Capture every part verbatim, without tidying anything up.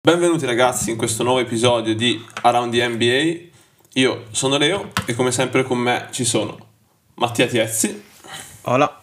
Benvenuti ragazzi in questo nuovo episodio di Around the N B A. Io sono Leo e come sempre con me ci sono Mattia Tiezzi. Hola.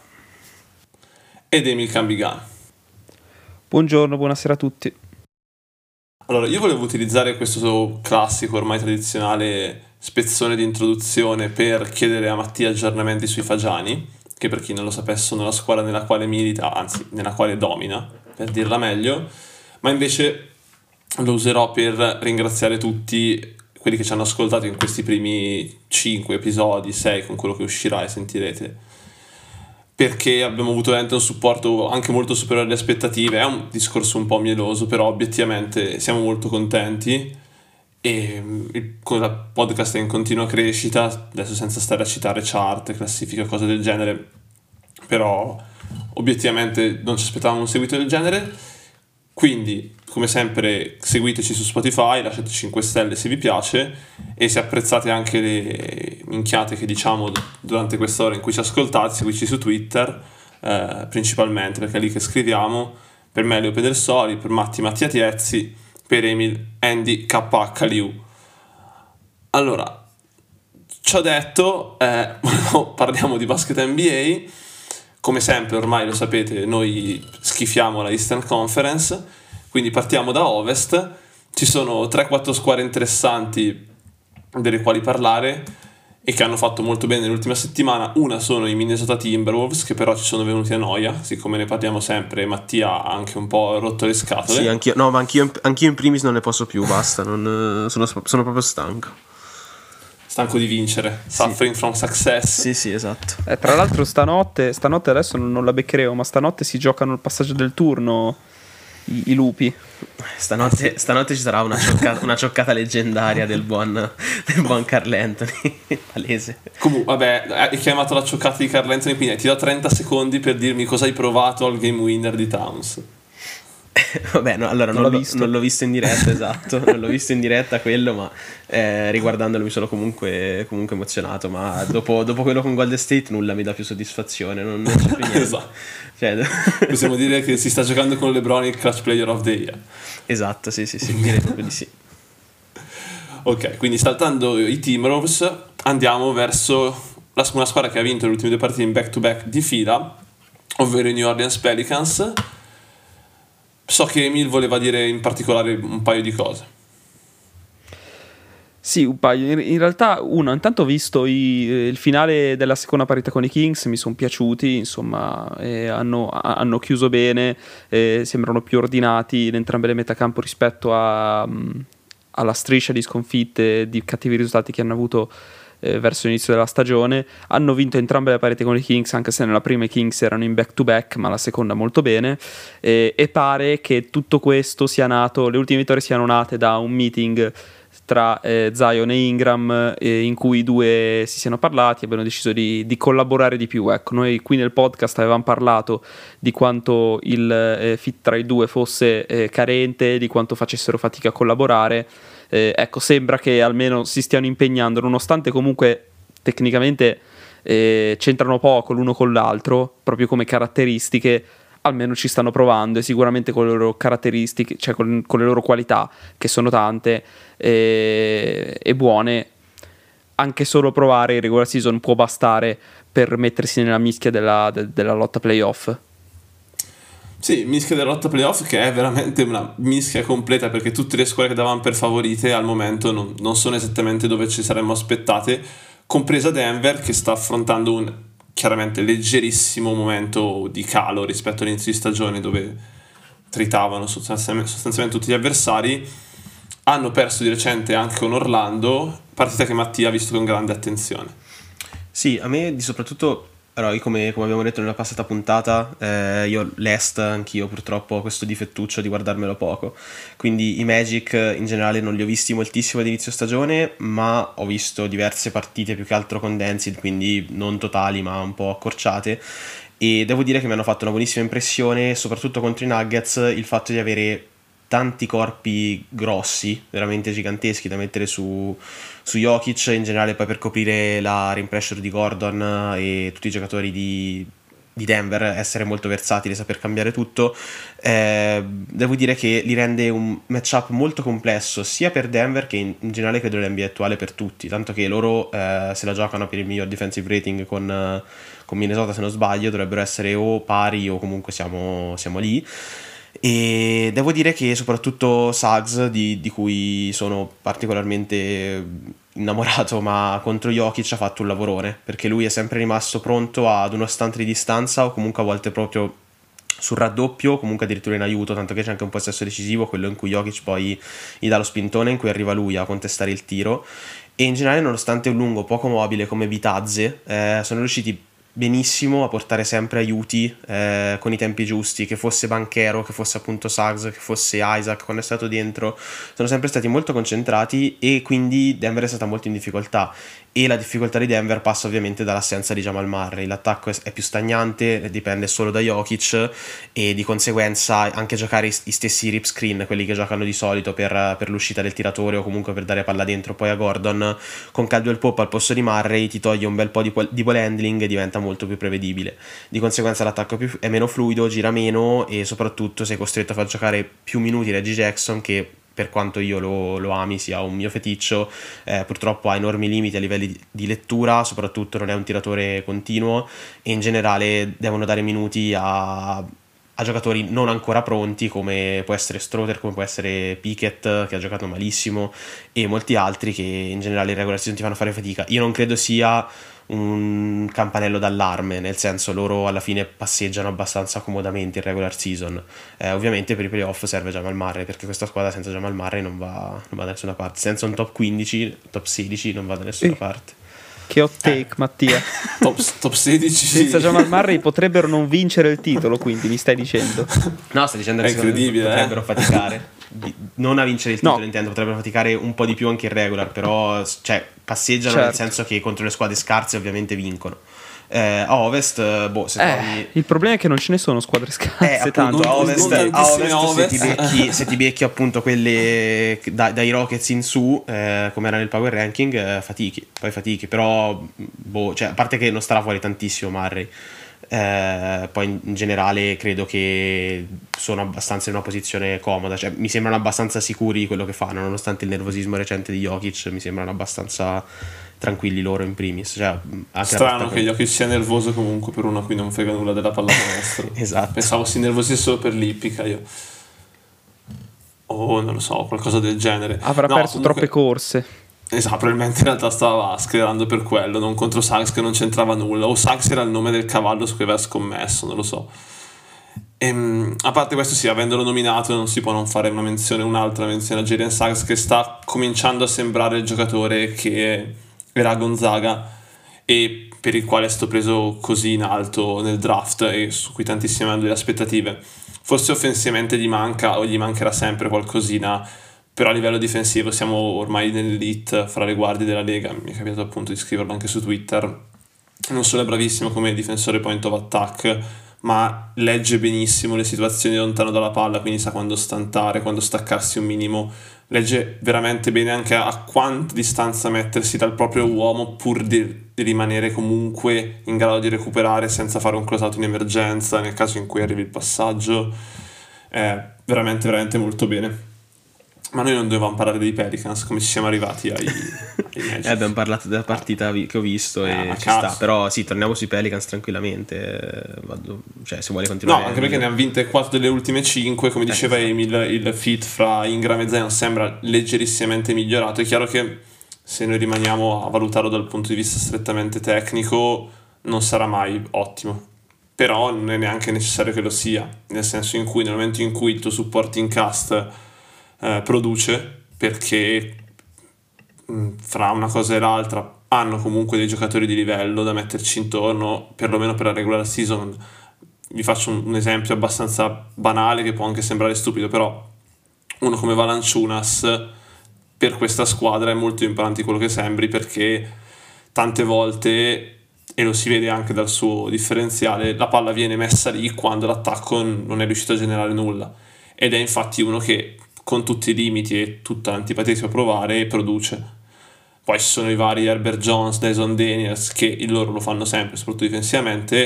Ed Emil Cambigan. Buongiorno, buonasera a tutti. Allora, io volevo utilizzare questo classico, ormai tradizionale spezzone di introduzione per chiedere a Mattia aggiornamenti sui Fagiani, che per chi non lo sapesse sono la squadra nella quale milita, anzi nella quale domina, per dirla meglio, ma invece lo userò per ringraziare tutti quelli che ci hanno ascoltato in questi primi cinque episodi, sei con quello che uscirà e sentirete, perché abbiamo avuto veramente un supporto anche molto superiore alle aspettative. È un discorso un po' mieloso, però obiettivamente siamo molto contenti e il podcast è in continua crescita, adesso senza stare a citare chart, classifiche, cose del genere, però obiettivamente non ci aspettavamo un seguito del genere. Quindi, come sempre, seguiteci su Spotify, lasciate cinque stelle se vi piace e se apprezzate anche le minchiate che diciamo durante quest'ora in cui ci ascoltate, seguiteci su Twitter, eh, principalmente, perché è lì che scriviamo. Per me Leo Pedersoli, per Matti Mattia Tiezzi, per Emil Andy K H L U. Allora, ciò detto, eh, parliamo di basket N B A. Come sempre, ormai lo sapete, noi schifiamo la Eastern Conference, quindi partiamo da Ovest. Ci sono tre quattro squadre interessanti delle quali parlare e che hanno fatto molto bene nell'ultima settimana. Una sono i Minnesota Timberwolves, che però ci sono venuti a noia, siccome ne parliamo sempre. Mattia ha anche un po' rotto le scatole. Sì, anch'io, no, ma anch'io, anch'io in primis non ne posso più, basta, non, sono, sono proprio stanco. Stanco di vincere, sì. Suffering from success. Sì, sì, esatto. Eh, tra l'altro stanotte, stanotte adesso non, non la beccheremo, ma stanotte si giocano il passaggio del turno i, i lupi. Stanotte, stanotte ci sarà una cioccata, una cioccata leggendaria del buon, del buon Karl Anthony, palese. Comunque, vabbè, hai chiamato la cioccata di Karl Anthony, quindi ti do trenta secondi per dirmi cosa hai provato al game winner di Towns. Vabbè, no, allora non, non, l'ho l'ho, visto. non l'ho visto in diretta, esatto, non l'ho visto in diretta quello, ma eh, riguardandolo mi sono comunque, comunque emozionato, ma dopo, dopo quello con Golden State nulla mi dà più soddisfazione, non, non c'è più niente. Esatto. Cioè, possiamo dire che si sta giocando con LeBron il clutch player of the year. Esatto, sì, sì, sì, direi proprio di sì. Ok, quindi saltando i Timberwolves andiamo verso la, una squadra che ha vinto le ultime due partite in back-to-back di fila, ovvero i New Orleans Pelicans. So che Emil voleva dire in particolare un paio di cose. Sì, un paio. In realtà, uno, intanto ho visto i, il finale della seconda partita con i Kings, mi sono piaciuti, insomma, eh, hanno, hanno chiuso bene, eh, sembrano più ordinati in entrambe le metacampo rispetto a, mh, alla striscia di sconfitte, di cattivi risultati che hanno avuto eh, verso l'inizio della stagione. Hanno vinto entrambe le partite con i Kings, anche se nella prima i Kings erano in back to back, ma la seconda molto bene, eh, e pare che tutto questo sia nato, le ultime vittorie siano nate da un meeting tra eh, Zion e Ingram, eh, in cui i due si siano parlati e abbiano deciso di, di collaborare di più. Ecco, noi qui nel podcast avevamo parlato di quanto il eh, fit tra i due fosse eh, carente, di quanto facessero fatica a collaborare. Eh, ecco, sembra che almeno si stiano impegnando, nonostante comunque tecnicamente eh, c'entrano poco l'uno con l'altro, proprio come caratteristiche. Almeno ci stanno provando e sicuramente con le loro caratteristiche, cioè con, con le loro qualità, che sono tante e, e buone, anche solo provare in regular season può bastare per mettersi nella mischia della, de, della lotta playoff. Sì, mischia della lotta playoff, che è veramente una mischia completa, perché tutte le squadre che davano per favorite al momento non, non sono esattamente dove ci saremmo aspettate, compresa Denver, che sta affrontando un chiaramente leggerissimo momento di calo rispetto all'inizio di stagione, dove tritavano sostanzialmente, sostanzialmente tutti gli avversari. Hanno perso di recente anche con Orlando, partita che Mattia ha visto con grande attenzione. Sì, a me di soprattutto, però, come, come abbiamo detto nella passata puntata, eh, io l'Est anch'io purtroppo ho questo difettuccio di guardarmelo poco, quindi i Magic in generale non li ho visti moltissimo ad inizio stagione, ma ho visto diverse partite più che altro condensed, quindi non totali ma un po' accorciate, e devo dire che mi hanno fatto una buonissima impressione, soprattutto contro i Nuggets, il fatto di avere tanti corpi grossi, veramente giganteschi, da mettere su, su Jokic, in generale poi per coprire la rim pressure di Gordon e tutti i giocatori di di Denver, essere molto versatili, saper cambiare tutto. Eh, devo dire che li rende un matchup molto complesso sia per Denver che in, in generale credo l'N B A attuale per tutti, tanto che loro eh, se la giocano per il miglior defensive rating con, eh, con Minnesota, se non sbaglio dovrebbero essere o pari o comunque siamo, siamo lì. E devo dire che soprattutto Suggs, di, di cui sono particolarmente innamorato, ma contro Jokic ha fatto un lavorone, perché lui è sempre rimasto pronto ad uno stante di distanza o comunque a volte proprio sul raddoppio, comunque addirittura in aiuto, tanto che c'è anche un possesso decisivo, quello in cui Jokic poi gli dà lo spintone, in cui arriva lui a contestare il tiro. E in generale, nonostante un lungo poco mobile come Bitadze, eh, sono riusciti benissimo a portare sempre aiuti eh, con i tempi giusti, che fosse Banchero, che fosse appunto Suggs, che fosse Isaac quando è stato dentro, sono sempre stati molto concentrati e quindi Denver è stata molto in difficoltà. E la difficoltà di Denver passa ovviamente dall'assenza di Jamal Murray, l'attacco è più stagnante, dipende solo da Jokic e di conseguenza anche giocare i stessi rip screen, quelli che giocano di solito per, per l'uscita del tiratore o comunque per dare palla dentro poi a Gordon, con Caldwell Pope al posto di Murray ti toglie un bel po' di, di ball handling e diventa molto più prevedibile, di conseguenza l'attacco è, più, è meno fluido, gira meno e soprattutto sei costretto a far giocare più minuti Reggie Jackson, che per quanto io lo, lo ami, sia un mio feticcio, eh, purtroppo ha enormi limiti a livelli di, di lettura, soprattutto non è un tiratore continuo e in generale devono dare minuti a, a giocatori non ancora pronti come può essere Stroder, come può essere Pickett che ha giocato malissimo e molti altri che in generale in regular season ti fanno fare fatica. Io non credo sia un campanello d'allarme, nel senso loro alla fine passeggiano abbastanza comodamente in regular season, eh, ovviamente per i playoff serve Jamal Murray, perché questa squadra senza Jamal Murray non va, non va da nessuna parte, senza un top quindici, top sedici non va da nessuna eh. parte. Che hot take, eh. Mattia. top, top sedici senza Jamal Murray potrebbero non vincere il titolo, quindi mi stai dicendo? No, stai dicendo che è incredibile, potrebbero eh? faticare non a vincere il titolo, no. intendo, potrebbero faticare un po' di più anche in regular, però cioè passeggiano, certo, nel senso che contro le squadre scarse ovviamente vincono. Eh, a Ovest, boh, se eh, trovi... il problema è che non ce ne sono squadre scarse, eh, tanto. Appunto, a Ovest, a Ovest, Ovest. Se, ti becchi, se ti becchi appunto quelle da, dai Rockets in su, eh, come era nel power ranking, eh, fatichi, poi fatichi, però boh, cioè, a parte che non starà fuori tantissimo Murray. Eh, poi in generale credo che sono abbastanza in una posizione comoda, cioè mi sembrano abbastanza sicuri di quello che fanno, nonostante il nervosismo recente di Jokic, mi sembrano abbastanza tranquilli loro in primis, cioè, anche strano che Jokic sia nervoso comunque per uno a cui non frega nulla della pallacanestro. Esatto. Pensavo si nervosisse solo per l'ippica io, o oh, non lo so, qualcosa del genere. Avrà no, perso comunque... troppe corse. Esatto, probabilmente in realtà stava schierando per quello, non contro Suggs che non c'entrava nulla, o Suggs era il nome del cavallo su cui aveva scommesso, non lo so. E, a parte questo sì, avendolo nominato non si può non fare una menzione, un'altra menzione a Jalen Suggs, che sta cominciando a sembrare il giocatore che era Gonzaga e per il quale è stato preso così in alto nel draft e su cui tantissime hanno delle aspettative. Forse offensivamente gli manca o gli mancherà sempre qualcosina, però a livello difensivo siamo ormai nell'elite fra le guardie della Lega, mi è capitato appunto di scriverlo anche su Twitter. Non solo è bravissimo come difensore point of attack, ma legge benissimo le situazioni lontano dalla palla, quindi sa quando stantare, quando staccarsi un minimo, legge veramente bene anche a quanta distanza mettersi dal proprio uomo pur di, di rimanere comunque in grado di recuperare senza fare un closato in emergenza nel caso in cui arrivi il passaggio. È veramente veramente molto bene. Ma noi non dovevamo parlare dei Pelicans, come ci siamo arrivati ai, ai Magic. eh, abbiamo parlato della partita che ho visto eh, e ci cazzo. sta, però sì, torniamo sui Pelicans tranquillamente, vado, cioè se vuole continuare. No, anche perché ne ha vinte quattro delle ultime cinque, come diceva eh, Emil, il fit fra Ingram e Zion sembra leggerissimamente migliorato. È chiaro che se noi rimaniamo a valutarlo dal punto di vista strettamente tecnico non sarà mai ottimo, però non è neanche necessario che lo sia, nel senso in cui nel momento in cui il tuo supporting cast Eh, produce, perché mh, fra una cosa e l'altra hanno comunque dei giocatori di livello da metterci intorno, perlomeno per la regular season. Vi faccio un, un esempio abbastanza banale che può anche sembrare stupido, però uno come Valanciunas per questa squadra è molto più importante di quello che sembri, perché tante volte, e lo si vede anche dal suo differenziale, la palla viene messa lì quando l'attacco non è riuscito a generare nulla, ed è infatti uno che con tutti i limiti e tutta l'antipatia che si può provare produce. Poi ci sono i vari Herbert Jones, Dyson Daniels che il loro lo fanno sempre, soprattutto difensivamente,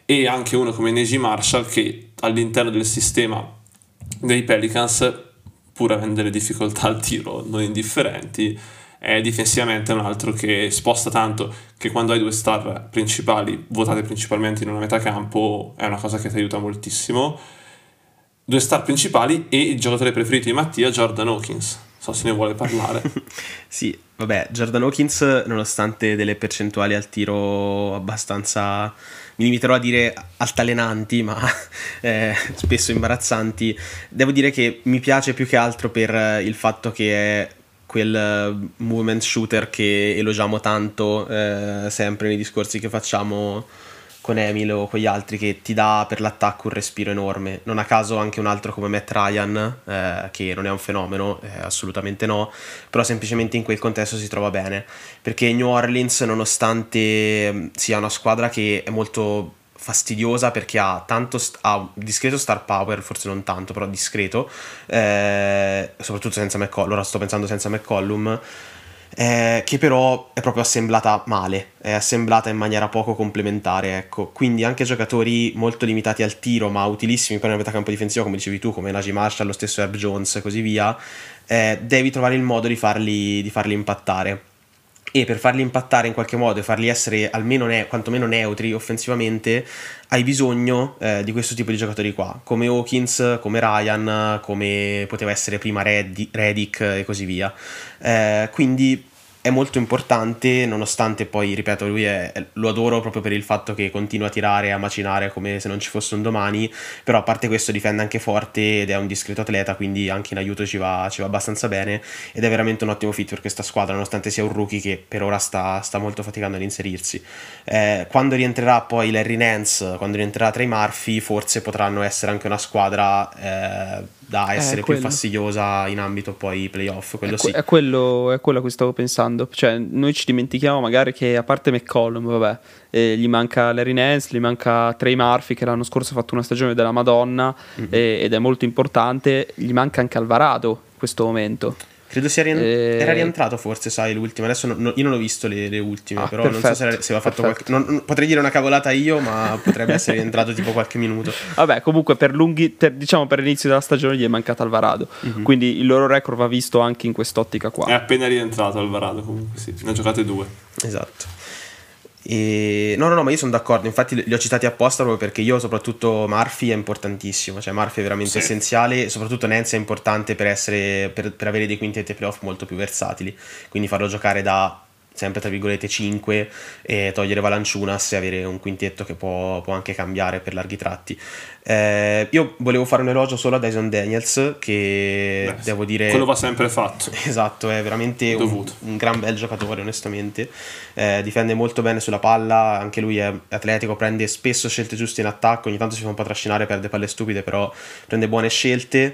e anche uno come Najee Marshall che all'interno del sistema dei Pelicans, pur avendo delle difficoltà al tiro non indifferenti, è difensivamente un altro che sposta tanto, che quando hai due star principali votate principalmente in una metà campo è una cosa che ti aiuta moltissimo. Due star principali e il giocatore preferito di Mattia, Jordan Hawkins. So se ne vuole parlare. Sì, vabbè, Jordan Hawkins, nonostante delle percentuali al tiro abbastanza, mi limiterò a dire altalenanti, ma eh, spesso imbarazzanti, devo dire che mi piace più che altro per il fatto che è quel movement shooter che elogiamo tanto eh, sempre nei discorsi che facciamo con Emil o con gli altri, che ti dà per l'attacco un respiro enorme. Non a caso anche un altro come Matt Ryan, eh, che non è un fenomeno, eh, assolutamente no, però semplicemente in quel contesto si trova bene, perché New Orleans, nonostante sia una squadra che è molto fastidiosa perché ha tanto st- ha un discreto star power, forse non tanto, però discreto, eh, soprattutto senza McCollum, ora sto pensando senza McCollum, Eh, che però è proprio assemblata male, è assemblata in maniera poco complementare, ecco. Quindi anche giocatori molto limitati al tiro ma utilissimi poi nel metacampo difensivo, come dicevi tu, come Najee Marshall, lo stesso Herb Jones e così via, eh, devi trovare il modo di farli, di farli impattare, e per farli impattare in qualche modo e farli essere almeno ne- quantomeno neutri offensivamente hai bisogno eh, di questo tipo di giocatori qua, come Hawkins, come Ryan, come poteva essere prima Reddi- Redick e così via. Eh, quindi è molto importante, nonostante poi, ripeto, lui è, lo adoro proprio per il fatto che continua a tirare e a macinare come se non ci fosse un domani, però a parte questo difende anche forte ed è un discreto atleta, quindi anche in aiuto ci va, ci va abbastanza bene, ed è veramente un ottimo fit per questa squadra, nonostante sia un rookie che per ora sta, sta molto faticando ad inserirsi. Eh, quando rientrerà poi Larry Nance, quando rientrerà Trey Murphy, forse potranno essere anche una squadra eh, da essere Eh, più quello. fastidiosa in ambito poi playoff, quello È, que- sì. è quello, è quello a cui stavo pensando. Cioè, noi ci dimentichiamo magari che a parte McCollum, vabbè, eh, gli manca Larry Nance, gli manca Trey Murphy che l'anno scorso ha fatto una stagione della Madonna, Mhm. eh, ed è molto importante. Gli manca anche Alvarado in questo momento. Credo sia rien- Eh, era rientrato forse, sai, l'ultima. Adesso no- no- io non ho visto le, le ultime, Ah, però non so se, perfetto, era- se aveva fatto perfetto. qualche... non- non- potrei dire una cavolata io, ma potrebbe essere rientrato tipo qualche minuto. Vabbè, comunque per lunghi, per- diciamo per l'inizio della stagione gli è mancato Alvarado. Mhm. Quindi il loro record va visto anche in quest'ottica È qua. appena rientrato Alvarado, comunque sì, ne ha giocate due. Esatto. E... No, no, no, ma io sono d'accordo. Infatti li ho citati apposta proprio perché io, soprattutto Murphy, è importantissimo. Cioè, Murphy è veramente Sì. essenziale. E soprattutto Nance è importante per essere per, per avere dei quintetti playoff molto più versatili. Quindi farlo giocare da sempre tra virgolette cinque e togliere Valanciunas e avere un quintetto che può, può anche cambiare per larghi tratti. Eh, io volevo fare un elogio solo a Dyson Daniels, che Beh, devo dire... quello va sempre fatto. Esatto, è veramente un, Dovuto. un gran bel giocatore, onestamente. Eh, difende molto bene sulla palla, anche lui è atletico, prende spesso scelte giuste in attacco, ogni tanto si fa un po' trascinare, perde palle stupide, però prende buone scelte.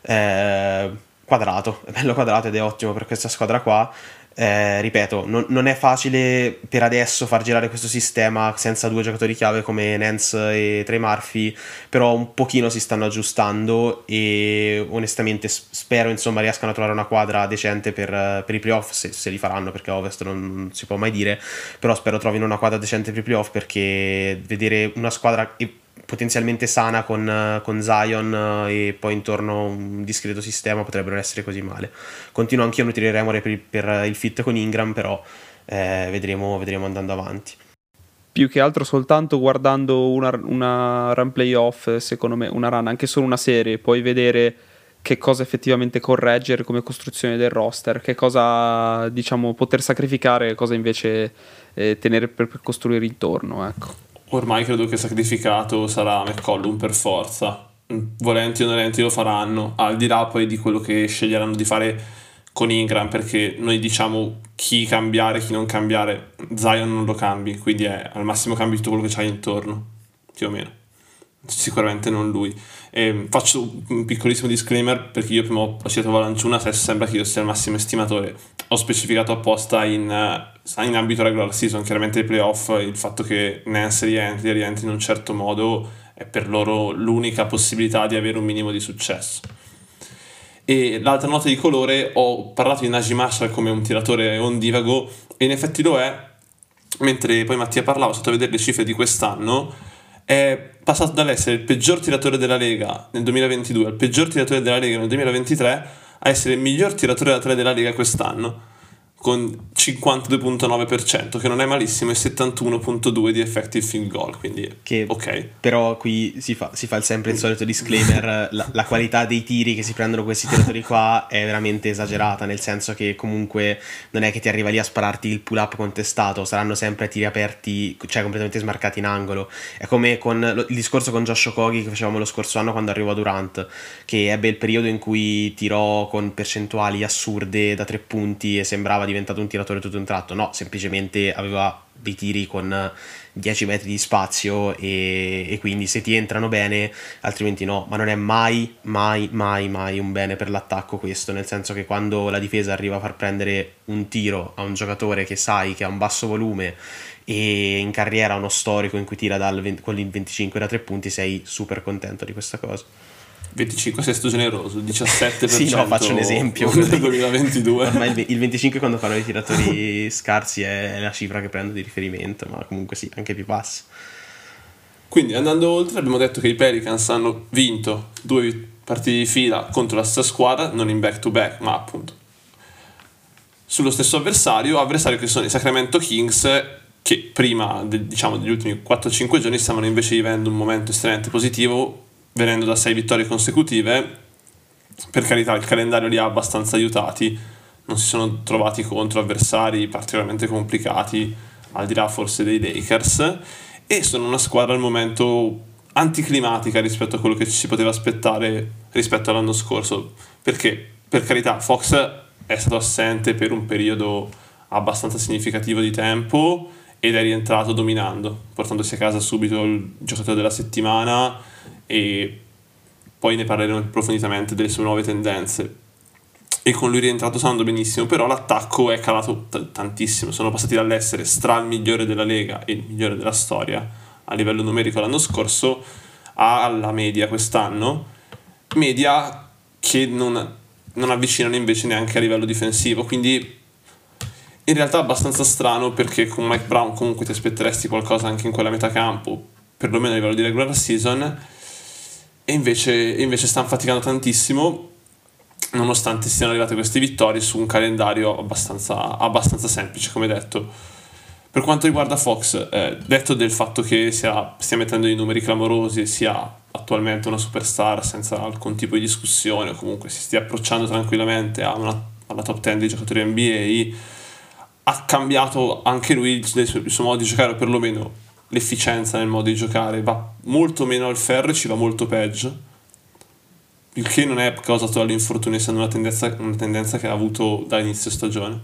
Eh, quadrato, è bello quadrato ed è ottimo per questa squadra qua. Eh, ripeto, non, non è facile per adesso far girare questo sistema senza due giocatori chiave come Nance e Trey Murphy, però un pochino si stanno aggiustando e onestamente s- spero insomma riescano a trovare una quadra decente per, per i playoff, se, se li faranno, perché a Ovest non, non si può mai dire, però spero trovino una quadra decente per i playoff, perché vedere una squadra e- potenzialmente sana con, con Zion eh, e poi intorno un discreto sistema potrebbero essere così male. Continuo anch'io a nutrire remore per, il- per il fit con Ingram, però eh, vedremo, vedremo andando avanti. Più che altro soltanto guardando una, una run playoff, secondo me, una run, anche solo una serie, puoi vedere che cosa effettivamente correggere come costruzione del roster, che cosa, diciamo, poter sacrificare e cosa invece eh, tenere per, per costruire intorno, ecco. Ormai credo che sacrificato sarà McCollum per forza. Volenti o nolenti lo faranno, al di là poi di quello che sceglieranno di fare con Ingram, perché noi diciamo chi cambiare, chi non cambiare. Zion non lo cambi, quindi è al massimo cambi tutto quello che c'hai intorno, più o meno. Sicuramente non lui. E faccio un piccolissimo disclaimer, perché io prima ho citato Valanciunas, adesso sembra che io sia il massimo estimatore. Ho specificato apposta in, in ambito regular season, chiaramente i playoff, il fatto che Nance rientri, rientri in un certo modo è per loro l'unica possibilità di avere un minimo di successo. E l'altra nota di colore, ho parlato di Najee Marshall come un tiratore ondivago, e in effetti lo è, mentre poi Mattia parlava, sono stato a vedere le cifre di quest'anno. è passato dall'essere il peggior tiratore della Lega nel duemilaventidue al peggior tiratore della Lega nel duemilaventitré a essere il miglior tiratore da tre della Lega quest'anno, con cinquantadue virgola nove per cento, che non è malissimo, e settantuno virgola due di effective field goal, quindi che ok. Però qui si fa, si fa il sempre il solito disclaimer, la, la qualità dei tiri che si prendono questi tiratori qua è veramente esagerata, nel senso che comunque non è che ti arriva lì a spararti il pull up contestato, saranno sempre tiri aperti, cioè completamente smarcati in angolo. È come con lo, il discorso con Josh Okogie che facevamo lo scorso anno quando arrivò Durant, che ebbe il periodo in cui tirò con percentuali assurde da tre punti e sembrava diventato un tiratore tutto un tratto. No, semplicemente aveva dei tiri con dieci metri di spazio e, e quindi se ti entrano bene, altrimenti no. Ma non è mai, mai, mai, mai un bene per l'attacco questo, nel senso che quando la difesa arriva a far prendere un tiro a un giocatore che sai che ha un basso volume e in carriera uno storico in cui tira dal venti, con il venticinque da tre punti, sei super contento di questa cosa. venticinque sei stato generoso, diciassette per cento. Sì, no, faccio un esempio. Nel duemilaventidue. Ormai il venticinque quando parlo di tiratori scarsi è la cifra che prendo di riferimento, ma comunque sì, anche più basso. Quindi andando oltre, abbiamo detto che i Pelicans hanno vinto due partite di fila contro la stessa squadra, non in back to back, ma appunto sullo stesso avversario, avversario che sono i Sacramento Kings, che prima de, diciamo degli ultimi quattro cinque giorni stavano invece vivendo un momento estremamente positivo, venendo da sei vittorie consecutive. Per carità, il calendario li ha abbastanza aiutati, non si sono trovati contro avversari particolarmente complicati, al di là forse dei Lakers, e sono una squadra al momento anticlimatica rispetto a quello che ci si poteva aspettare rispetto all'anno scorso, perché per carità Fox è stato assente per un periodo abbastanza significativo di tempo ed è rientrato dominando, portandosi a casa subito il giocatore della settimana, e poi ne parleremo approfonditamente delle sue nuove tendenze. E con lui rientrato sta andando benissimo, però l'attacco è calato t- tantissimo. Sono passati dall'essere stra il migliore della Lega e il migliore della storia a livello numerico l'anno scorso alla media quest'anno, media che non, non avvicinano invece neanche a livello difensivo, quindi in realtà è abbastanza strano, perché con Mike Brown comunque ti aspetteresti qualcosa anche in quella metà campo, perlomeno a livello di regular season, e invece, invece stanno faticando tantissimo, nonostante siano arrivate queste vittorie su un calendario abbastanza, abbastanza semplice, come detto. Per quanto riguarda Fox, eh, detto del fatto che sia, stia mettendo dei numeri clamorosi e sia attualmente una superstar senza alcun tipo di discussione, o comunque si stia approcciando tranquillamente a una, alla top dieci dei giocatori N B A, ha cambiato anche lui il suo, il suo modo di giocare, o perlomeno l'efficienza nel modo di giocare, va molto meno al ferro e ci va molto peggio, il che non è causato dall'infortunio, essendo una tendenza, una tendenza che ha avuto da inizio stagione,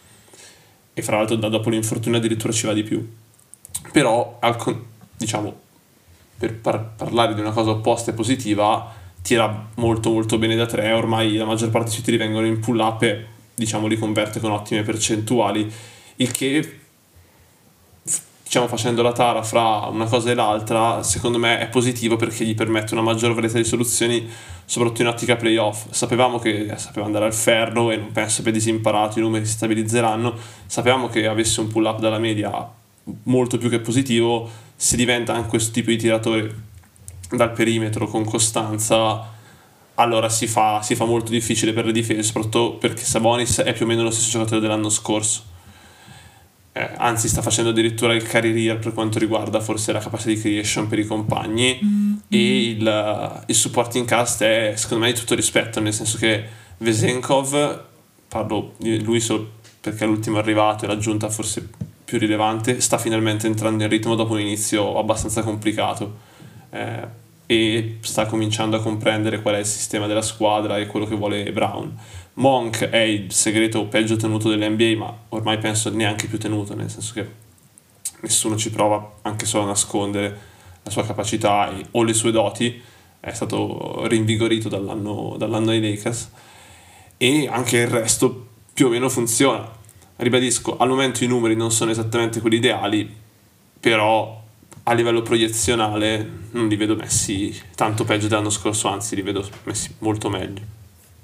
e fra l'altro da dopo l'infortunio addirittura ci va di più. Però al, diciamo, per par- parlare di una cosa opposta e positiva, tira molto molto bene da tre, ormai la maggior parte dei suoi tiri vengono in pull up e diciamo li converte con ottime percentuali, il che, diciamo, facendo la tara fra una cosa e l'altra, secondo me è positivo, perché gli permette una maggior varietà di soluzioni, soprattutto in ottica playoff. Sapevamo che sapeva andare al ferro e non penso abbia disimparato, i numeri si stabilizzeranno. Sapevamo che avesse un pull up dalla media molto più che positivo. Se diventa anche questo tipo di tiratore dal perimetro con costanza, allora si fa, si fa molto difficile per le difese, soprattutto perché Sabonis è più o meno lo stesso giocatore dell'anno scorso. Eh, anzi sta facendo addirittura il career year per quanto riguarda forse la capacità di creation per i compagni, mm-hmm. e il, il supporting cast è secondo me di tutto rispetto, nel senso che Vesenkov, parlo di lui solo perché è l'ultimo arrivato e l'aggiunta forse più rilevante, sta finalmente entrando in ritmo dopo un inizio abbastanza complicato, eh, e sta cominciando a comprendere qual è il sistema della squadra e quello che vuole Brown. Monk è il segreto peggio tenuto dell'N B A, ma ormai penso neanche più tenuto, nel senso che nessuno ci prova anche solo a nascondere la sua capacità e, o le sue doti. È stato rinvigorito dall'anno, dall'anno ai Lakers, e anche il resto più o meno funziona. Ribadisco, al momento i numeri non sono esattamente quelli ideali, però a livello proiezionale non li vedo messi tanto peggio dell'anno scorso, anzi li vedo messi molto meglio.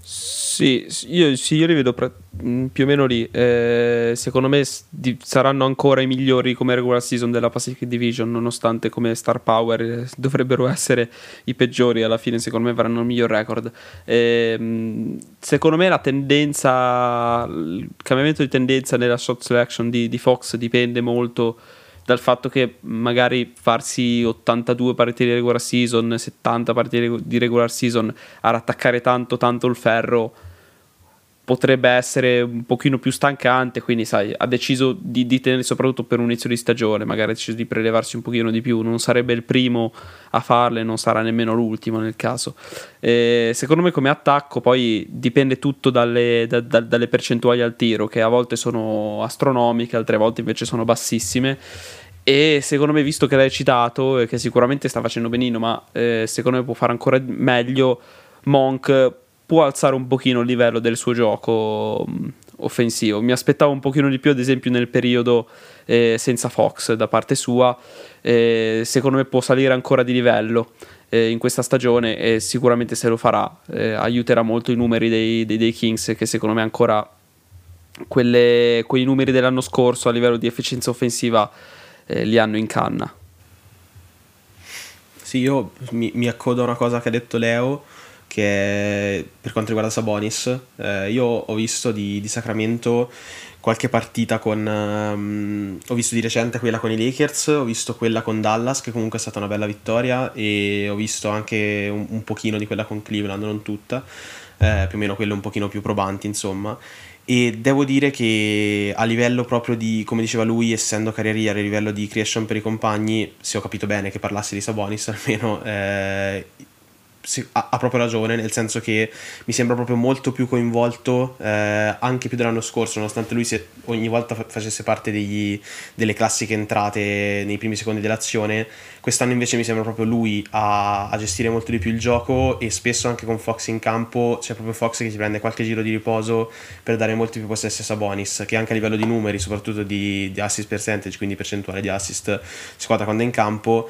Sì, io, sì, io li vedo pre- più o meno lì. Eh, secondo me s- di- saranno ancora i migliori come regular season della Pacific Division, nonostante come star power eh, dovrebbero essere i peggiori. Alla fine, secondo me, avranno il miglior record. Ehm, secondo me, la tendenza, il cambiamento di tendenza nella shot selection di, di Fox dipende molto dal fatto che magari farsi ottantadue partite di regular season, settanta partite di regular season ad attaccare tanto tanto il ferro potrebbe essere un pochino più stancante, quindi sai, ha deciso di, di tenere soprattutto per un inizio di stagione, magari ha deciso di prelevarsi un pochino di più, non sarebbe il primo a farle, non sarà nemmeno l'ultimo nel caso. E secondo me come attacco poi dipende tutto dalle, da, da, dalle percentuali al tiro, che a volte sono astronomiche, altre volte invece sono bassissime. E secondo me, visto che l'hai citato e che sicuramente sta facendo benino, ma eh, secondo me può fare ancora meglio, Monk può alzare un pochino il livello del suo gioco mh, offensivo. Mi aspettavo un pochino di più, ad esempio, nel periodo eh, senza Fox da parte sua. Eh, secondo me può salire ancora di livello eh, in questa stagione e sicuramente se lo farà eh, aiuterà molto i numeri dei, dei, dei Kings, che secondo me ancora quelle, quei numeri dell'anno scorso a livello di efficienza offensiva eh, li hanno in canna. Sì, io mi, mi accodo a una cosa che ha detto Leo, che è, per quanto riguarda Sabonis, eh, io ho visto di, di Sacramento qualche partita con um, ho visto di recente quella con i Lakers, ho visto quella con Dallas, che comunque è stata una bella vittoria, e ho visto anche un, un pochino di quella con Cleveland, non tutta, eh, più o meno quelle un pochino più probanti, insomma. E devo dire che a livello proprio di, come diceva lui, essendo carriera, a livello di creation per i compagni, se ho capito bene che parlasse di Sabonis almeno, eh, sì, ha, ha proprio ragione, nel senso che mi sembra proprio molto più coinvolto, eh, anche più dell'anno scorso, nonostante lui se ogni volta fa- facesse parte degli, delle classiche entrate nei primi secondi dell'azione. Quest'anno invece mi sembra proprio lui a, a gestire molto di più il gioco, e spesso anche con Fox in campo c'è proprio Fox che si prende qualche giro di riposo per dare molti più possessi a Sabonis, che anche a livello di numeri, soprattutto di, di assist percentage, quindi percentuale di assist squadra quando è in campo,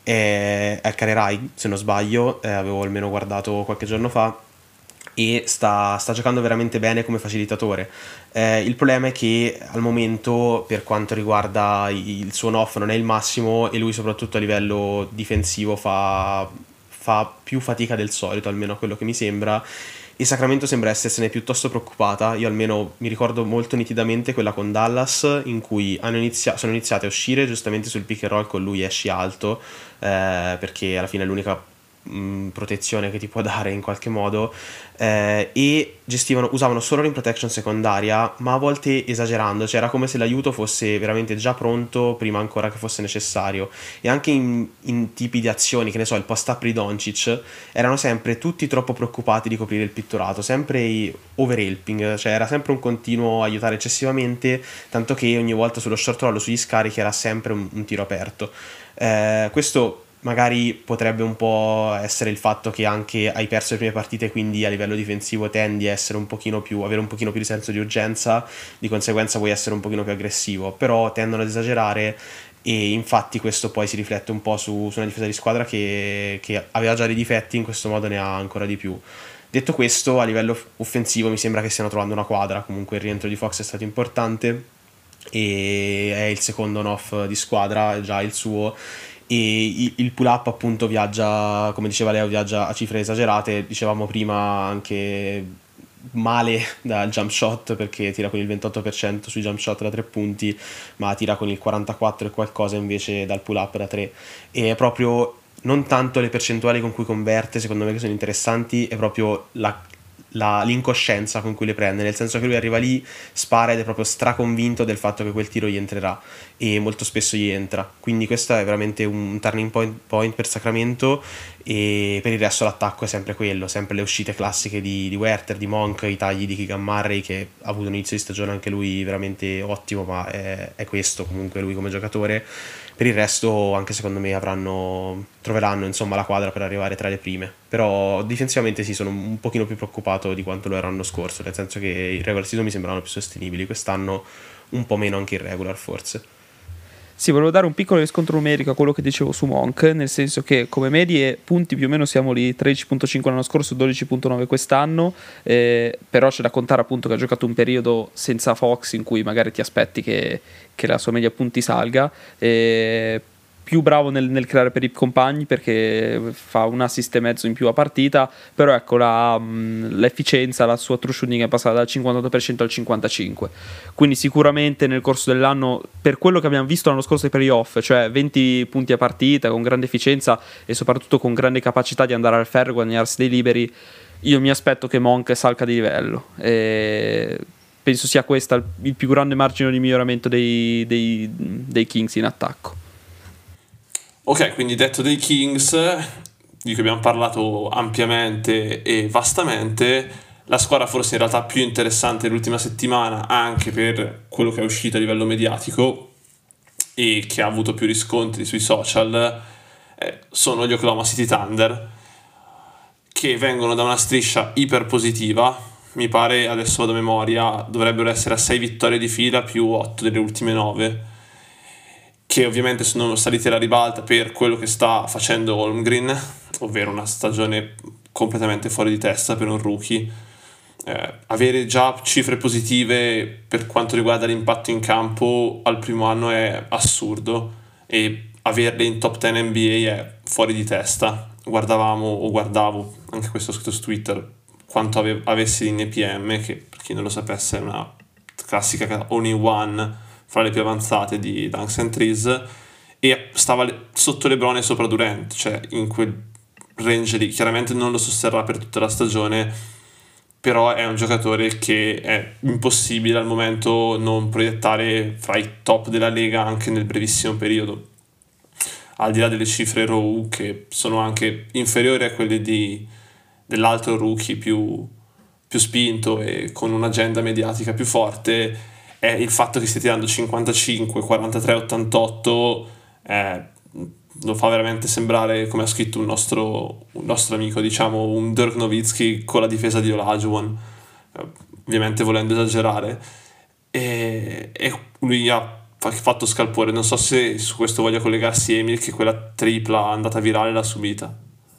è al career high, se non sbaglio, eh, avevo almeno guardato qualche giorno fa, e sta, sta giocando veramente bene come facilitatore. Eh, il problema è che al momento, per quanto riguarda il suo on-off, non è il massimo, e lui soprattutto a livello difensivo fa, fa più fatica del solito, almeno a quello che mi sembra. E Sacramento sembra essersene piuttosto preoccupata. Io almeno mi ricordo molto nitidamente quella con Dallas, in cui hanno inizia- sono iniziate a uscire giustamente sul pick and roll con lui esci alto, eh, perché alla fine è l'unica mh, protezione che ti può dare in qualche modo, eh, e gestivano, usavano solo rim protection secondaria, ma a volte esagerando, cioè era come se l'aiuto fosse veramente già pronto prima ancora che fosse necessario. E anche in, in tipi di azioni, che ne so, il post up di Doncic, erano sempre tutti troppo preoccupati di coprire il pitturato, sempre i overhelping, cioè era sempre un continuo aiutare eccessivamente, tanto che ogni volta sullo short roll o sugli scarichi era sempre un, un tiro aperto. Eh, questo magari potrebbe un po' essere il fatto che anche hai perso le prime partite, quindi a livello difensivo tendi a essere un pochino più, avere un pochino più di senso di urgenza, di conseguenza vuoi essere un pochino più aggressivo, però tendono ad esagerare, e infatti questo poi si riflette un po' su, su una difesa di squadra che, che aveva già dei difetti, in questo modo ne ha ancora di più. Detto questo, a livello offensivo mi sembra che stiano trovando una quadra, comunque il rientro di Fox è stato importante e è il secondo on-off di squadra, è già il suo, e il pull up appunto viaggia, come diceva Leo, viaggia a cifre esagerate. Dicevamo prima anche male dal jump shot, perché tira con il ventotto per cento sui jump shot da tre punti, ma tira con il quarantaquattro e qualcosa invece dal pull up da tre, e è proprio non tanto le percentuali con cui converte, secondo me, che sono interessanti, è proprio la La, l'incoscienza con cui le prende, nel senso che lui arriva lì, spara ed è proprio straconvinto del fatto che quel tiro gli entrerà, e molto spesso gli entra, quindi questo è veramente un turning point, point per Sacramento. E per il resto l'attacco è sempre quello, sempre le uscite classiche di, di Werther, di Monk, i tagli di Keegan Murray, che ha avuto un inizio di stagione anche lui veramente ottimo, ma è, è questo comunque lui come giocatore. Per il resto anche secondo me avranno troveranno insomma la quadra per arrivare tra le prime, però difensivamente sì, sono un pochino più preoccupato di quanto lo era l'anno scorso, nel senso che i regular season mi sembravano più sostenibili, quest'anno un po' meno anche il regular forse. Sì, volevo dare un piccolo riscontro numerico a quello che dicevo su Monk, nel senso che come medie punti più o meno siamo lì tredici virgola cinque l'anno scorso, dodici virgola nove quest'anno, eh, però c'è da contare appunto che ha giocato un periodo senza Fox in cui magari ti aspetti che, che la sua media punti salga, eh, più bravo nel, nel creare per i compagni perché fa un assist e mezzo in più a partita, però ecco la, mh, l'efficienza, la sua true shooting è passata dal cinquantotto per cento al cinquantacinque per cento, quindi sicuramente nel corso dell'anno, per quello che abbiamo visto l'anno scorso ai playoff, cioè venti punti a partita con grande efficienza e soprattutto con grande capacità di andare al ferro e guadagnarsi dei liberi, io mi aspetto che Monk salga di livello e penso sia questo il, il più grande margine di miglioramento dei, dei, dei Kings in attacco. Ok, quindi detto dei Kings, di cui abbiamo parlato ampiamente e vastamente, la squadra forse in realtà più interessante dell'ultima settimana, anche per quello che è uscito a livello mediatico e che ha avuto più riscontri sui social, eh, sono gli Oklahoma City Thunder, che vengono da una striscia iper positiva. Mi pare, adesso vado a memoria, dovrebbero essere a sei vittorie di fila più otto delle ultime nove, che ovviamente sono saliti alla ribalta per quello che sta facendo Holmgren, ovvero una stagione completamente fuori di testa per un rookie. Eh, avere già cifre positive per quanto riguarda l'impatto in campo al primo anno è assurdo, e averle in top dieci N B A è fuori di testa. Guardavamo, o guardavo, anche questo ho scritto su Twitter, quanto ave- avessi in E P M, che per chi non lo sapesse è una classica all-in-one fra le più avanzate di Dunks and Threes, e stava le, sotto LeBron e sopra Durant, cioè in quel range lì. Chiaramente non lo sosterrà per tutta la stagione, però è un giocatore che è impossibile al momento non proiettare fra i top della Lega anche nel brevissimo periodo, al di là delle cifre raw che sono anche inferiori a quelle di, dell'altro rookie più, più spinto e con un'agenda mediatica più forte. È il fatto che stia tirando cinquantacinque, quarantatré, ottantotto, eh, lo fa veramente sembrare, come ha scritto un nostro, un nostro amico, diciamo un Dirk Nowitzki con la difesa di Olajuwon, eh, ovviamente volendo esagerare, e, e lui ha fatto scalpore. Non so se su questo voglia collegarsi Emil, che quella tripla andata virale l'ha subita.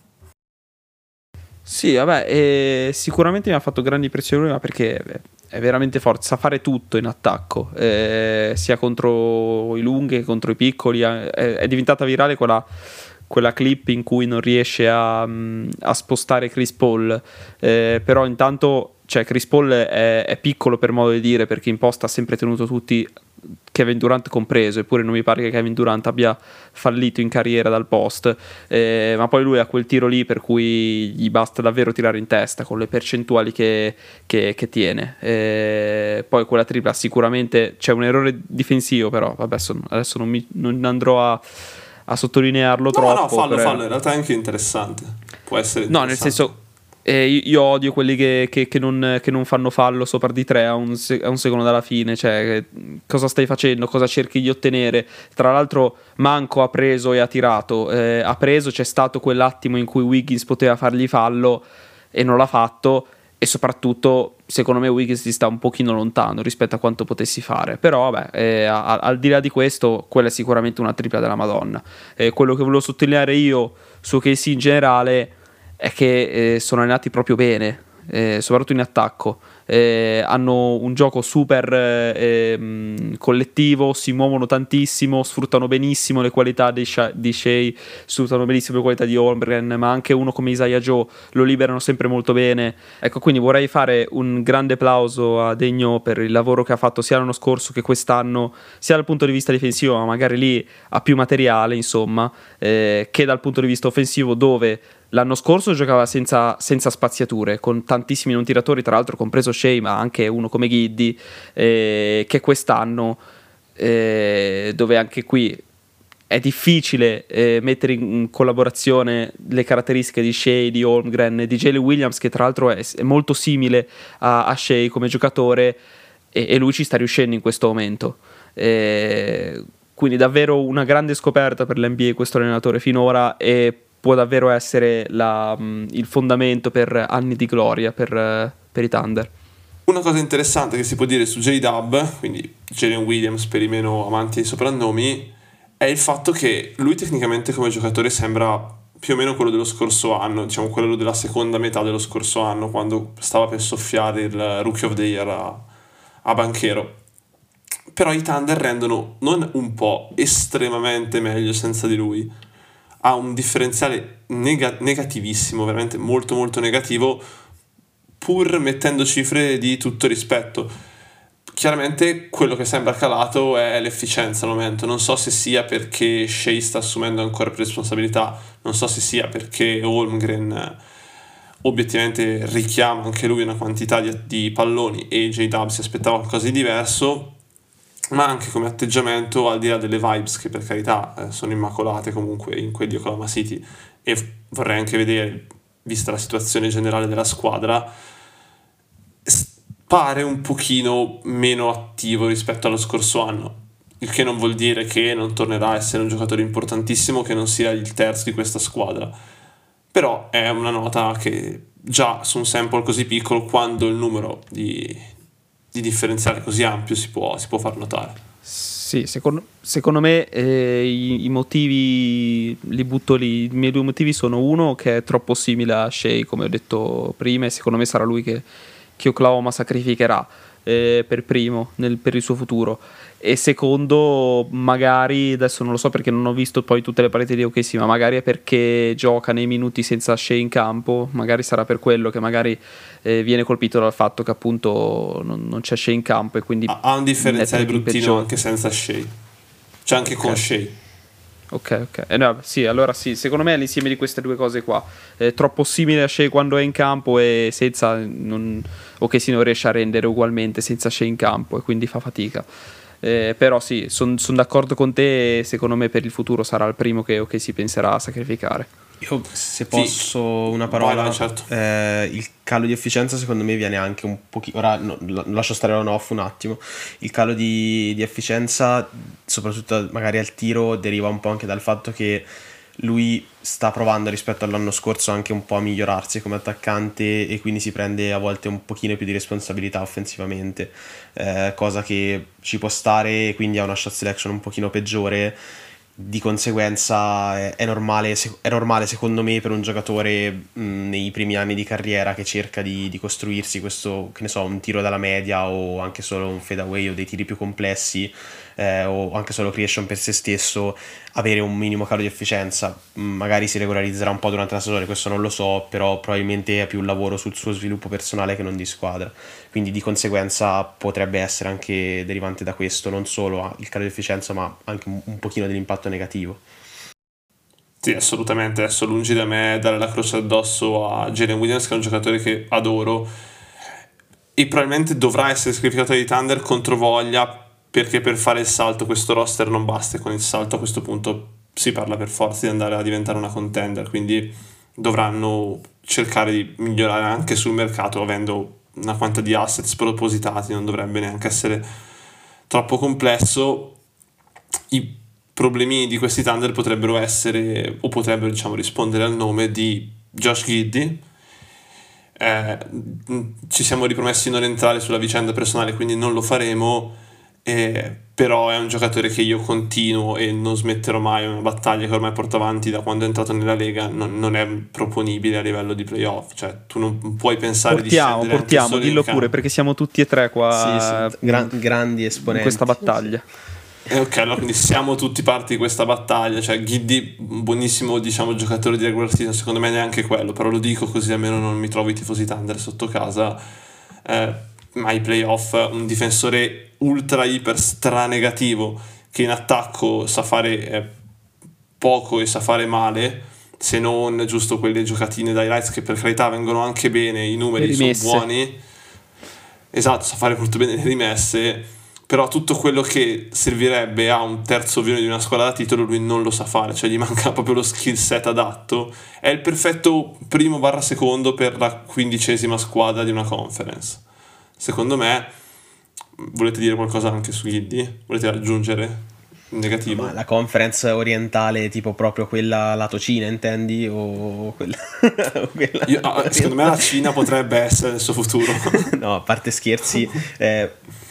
Sì, vabbè, eh, sicuramente mi ha fatto grandi impressioni, ma perché è veramente forte, sa fare tutto in attacco, eh, sia contro i lunghi che contro i piccoli. È, è diventata virale quella, quella clip in cui non riesce a, a spostare Chris Paul, eh, però intanto, cioè, Chris Paul è, è piccolo per modo di dire, perché in posta ha sempre tenuto tutti, Kevin Durant compreso, eppure non mi pare che Kevin Durant abbia fallito in carriera dal post, eh, ma poi lui ha quel tiro lì per cui gli basta davvero tirare in testa con le percentuali che, che, che tiene, eh, poi quella tripla sicuramente c'è un errore difensivo, però vabbè, son, adesso non, mi, non andrò a, a sottolinearlo no, troppo. No, fallo, per... fallo, in realtà è anche interessante, può essere interessante. No, nel senso, Eh, io, io odio quelli che, che, che, non, che non fanno fallo sopra di tre a un, a un secondo dalla fine. Cioè, cosa stai facendo? Cosa cerchi di ottenere? Tra l'altro manco ha preso e ha tirato, eh, ha preso, c'è stato quell'attimo in cui Wiggins poteva fargli fallo e non l'ha fatto, e soprattutto secondo me Wiggins ti sta un pochino lontano rispetto a quanto potessi fare. Però vabbè, eh, a, al di là di questo, quella è sicuramente una tripla della Madonna. Eh, quello che volevo sottolineare io su K C in generale è che eh, sono allenati proprio bene, eh, soprattutto in attacco. Eh, hanno un gioco super eh, collettivo, si muovono tantissimo, sfruttano benissimo le qualità di, Sha- di Shea, sfruttano benissimo le qualità di Holmgren, ma anche uno come Isaiah Joe lo liberano sempre molto bene. Ecco, quindi vorrei fare un grande applauso a Degno per il lavoro che ha fatto sia l'anno scorso che quest'anno, sia dal punto di vista difensivo, ma magari lì ha più materiale, insomma, eh, che dal punto di vista offensivo, dove l'anno scorso giocava senza, senza spaziature, con tantissimi non tiratori, tra l'altro compreso Shea, ma anche uno come Giddey, eh, che quest'anno, eh, dove anche qui è difficile eh, mettere in collaborazione le caratteristiche di Shea, di Holmgren e di Jalen Williams, che tra l'altro è, è molto simile a, a Shea come giocatore, e, e lui ci sta riuscendo in questo momento. Eh, quindi davvero una grande scoperta per l'N B A questo allenatore finora, e può davvero essere la, il fondamento per anni di gloria per, per i Thunder. Una cosa interessante che si può dire su J-Dub, quindi Jalen Williams per i meno amanti ai soprannomi, è il fatto che lui tecnicamente come giocatore sembra più o meno quello dello scorso anno, diciamo quello della seconda metà dello scorso anno, quando stava per soffiare il Rookie of the Year a, a Banchero. Però i Thunder rendono non un po' estremamente meglio senza di lui. Ha un differenziale nega- negativissimo, veramente molto molto negativo, pur mettendo cifre di tutto rispetto. Chiaramente quello che sembra calato è l'efficienza al momento. Non so se sia perché Shea sta assumendo ancora più responsabilità, non so se sia perché Holmgren eh, obiettivamente richiama anche lui una quantità di, di palloni e J-Dub si aspettava qualcosa di diverso, ma anche come atteggiamento, al di là delle vibes che per carità eh, sono immacolate comunque in quel di Oklahoma City, e vorrei anche vedere, vista la situazione generale della squadra, pare un pochino meno attivo rispetto allo scorso anno, il che non vuol dire che non tornerà a essere un giocatore importantissimo, che non sia il terzo di questa squadra, però è una nota che già su un sample così piccolo, quando il numero di, di differenziale così ampio si può, si può far notare. Sì, secondo, secondo me eh, i, i motivi li butto lì. I miei due motivi sono: uno, che è troppo simile a Shea, come ho detto prima, e secondo me sarà lui che che Oklahoma sacrificherà eh, per primo nel, per il suo futuro, e secondo, magari, adesso non lo so perché non ho visto poi tutte le partite di O K C, ma magari è perché gioca nei minuti senza Shea in campo, magari sarà per quello che magari eh, viene colpito dal fatto che appunto non, non c'è Shea in campo, e quindi ha un differenziale bruttino anche senza Shea, cioè anche okay. con Shea. Ok, ok. Eh, no, sì, allora sì, secondo me è l'insieme di queste due cose qua. È troppo simile a Shea quando è in campo, e senza non, o che si non riesce a rendere ugualmente senza Shea in campo, e quindi fa fatica. Eh, però sì, sono son d'accordo con te, e secondo me per il futuro sarà il primo che, che si penserà a sacrificare. Io, se posso, sì, una parola, vai, vai, certo. eh, il calo di efficienza secondo me viene anche un pochino, ora no, lascio stare on off un attimo, il calo di, di efficienza soprattutto magari al tiro deriva un po' anche dal fatto che lui sta provando rispetto all'anno scorso anche un po' a migliorarsi come attaccante, e quindi si prende a volte un pochino più di responsabilità offensivamente, eh, cosa che ci può stare, e quindi ha una shot selection un pochino peggiore. Di conseguenza è, è, normale, è normale secondo me per un giocatore mh, nei primi anni di carriera che cerca di, di costruirsi questo, che ne so, un tiro dalla media, o anche solo un fadeaway o dei tiri più complessi, eh, o anche solo creation per se stesso, avere un minimo calo di efficienza. Mh, magari si regolarizzerà un po' durante la stagione, questo non lo so, però probabilmente è più lavoro sul suo sviluppo personale che non di squadra, quindi di conseguenza potrebbe essere anche derivante da questo, non solo il calo di efficienza ma anche un, un pochino dell'impatto negativo. Sì, assolutamente. Adesso lungi da me dare la croce addosso a Jalen Williams, che è un giocatore che adoro e probabilmente dovrà essere sacrificato dai Thunder contro voglia, perché per fare il salto questo roster non basta, e con il salto a questo punto si parla per forza di andare a diventare una contender, quindi dovranno cercare di migliorare anche sul mercato, avendo una quantità di asset spropositati, non dovrebbe neanche essere troppo complesso. I problemi di questi Thunder potrebbero essere, o potrebbero diciamo rispondere al nome di Josh Giddey. Eh, ci siamo ripromessi di non entrare sulla vicenda personale, quindi non lo faremo, eh, però è un giocatore che io continuo e non smetterò mai, è una battaglia che ormai porto avanti da quando è entrato nella Lega, non, non è proponibile a livello di playoff, cioè tu non puoi pensare portiamo, di scendere portiamo, dillo pure, perché siamo tutti e tre qua, sì, sì, gran, grandi esponenti in questa battaglia. Eh, ok, allora quindi siamo tutti parte di questa battaglia, cioè Giddey, buonissimo diciamo giocatore di regular season, secondo me neanche quello, però lo dico così almeno non mi trovo i tifosi Thunder sotto casa, eh, ma ai playoff un difensore ultra iper stra negativo che in attacco sa fare eh, poco e sa fare male, se non giusto quelle giocatine da highlights che per carità vengono anche bene, i numeri sono buoni, esatto, sa fare molto bene le rimesse, però tutto quello che servirebbe a un terzo violino di una squadra da titolo lui non lo sa fare, cioè gli manca proprio lo skill set adatto, è il perfetto primo barra secondo per la quindicesima squadra di una conference. Secondo me, volete dire qualcosa anche su Giddey? Volete aggiungere in negativo? Ma la conference orientale tipo proprio quella lato Cina intendi? O quella... quella... Io, secondo me la Cina potrebbe essere nel suo futuro. No, a parte scherzi, eh,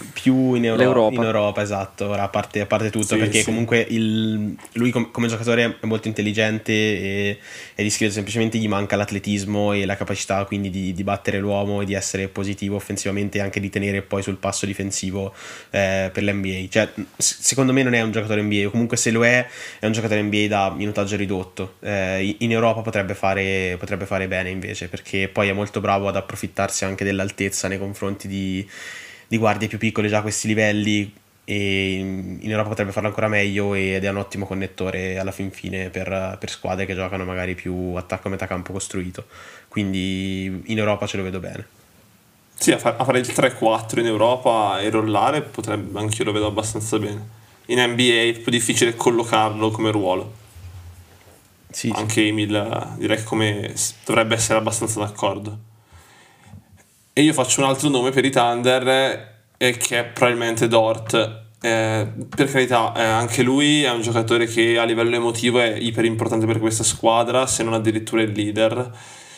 più in, Euro- L'Europa. in Europa, esatto, ora a parte, a parte tutto, Sì, perché sì. comunque il, lui com- come giocatore è molto intelligente e è discreto, semplicemente gli manca l'atletismo e la capacità quindi di, di battere l'uomo e di essere positivo offensivamente e anche di tenere poi sul passo difensivo eh, per l'N B A. Cioè, s- secondo me non è un giocatore N B A, o comunque se lo è è un giocatore N B A da minutaggio ridotto. Eh, in Europa potrebbe fare, potrebbe fare bene invece, perché poi è molto bravo ad approfittarsi anche dell'altezza nei confronti di di guardie più piccole già a questi livelli, e in Europa potrebbe farlo ancora meglio ed è un ottimo connettore alla fin fine per, per squadre che giocano magari più attacco a metà campo costruito, quindi in Europa ce lo vedo bene. Sì, a, fa- a fare il tre quattro in Europa e rollare potrebbe, anch'io lo vedo abbastanza bene. In N B A è più difficile collocarlo come ruolo. Sì, sì. Anche Emil direi che come s- dovrebbe essere abbastanza d'accordo. E io faccio un altro nome per i Thunder, eh, che è probabilmente Dort. Eh, per carità, eh, anche lui è un giocatore che a livello emotivo è iper importante per questa squadra, se non addirittura il leader.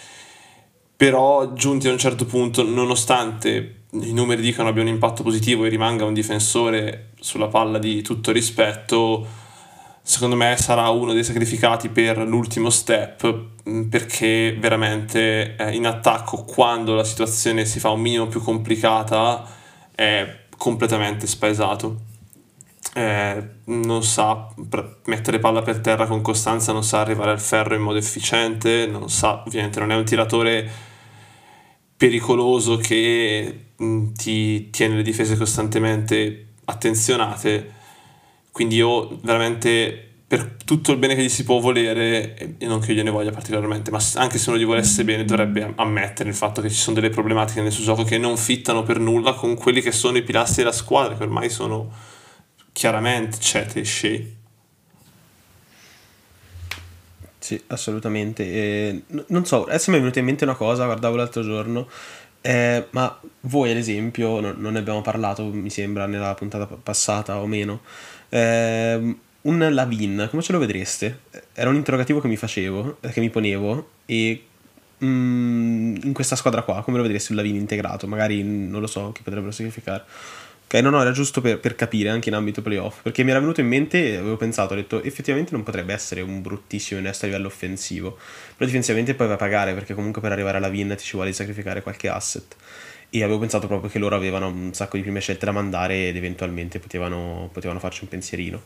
Però giunti a un certo punto, nonostante i numeri dicano abbia un impatto positivo e rimanga un difensore sulla palla di tutto rispetto, secondo me sarà uno dei sacrificati per l'ultimo step, mh, perché veramente eh, in attacco, quando la situazione si fa un minimo più complicata, è completamente spaesato. Eh, non sa pr- mettere palla per terra con costanza, non sa arrivare al ferro in modo efficiente, non sa, ovviamente non è un tiratore pericoloso che mh, ti tiene le difese costantemente attenzionate. Quindi io veramente, per tutto il bene che gli si può volere, e non che io gliene voglia particolarmente, ma s- anche se uno gli volesse bene, dovrebbe am- ammettere il fatto che ci sono delle problematiche nel suo gioco che non fittano per nulla con quelli che sono i pilastri della squadra, che ormai sono chiaramente Chet e Shea. Sì, assolutamente. E, n- non so, adesso mi è venuta in mente una cosa, guardavo l'altro giorno, eh, ma voi ad esempio, no- non ne abbiamo parlato, mi sembra, nella puntata pa- passata o meno, ehm, un Lavin, come ce lo vedreste? Era un interrogativo che mi facevo, eh, che mi ponevo, e mm, in questa squadra qua, come lo vedresti un Lavin integrato? Magari, non lo so, che potrebbero significare. Ok, no, no, era giusto per, per capire anche in ambito playoff, perché mi era venuto in mente, avevo pensato, ho detto, effettivamente non potrebbe essere un bruttissimo innesto a livello offensivo, però difensivamente poi va a pagare, perché comunque per arrivare alla win ti ci vuole sacrificare qualche asset, e avevo pensato proprio che loro avevano un sacco di prime scelte da mandare ed eventualmente potevano, potevano farci un pensierino.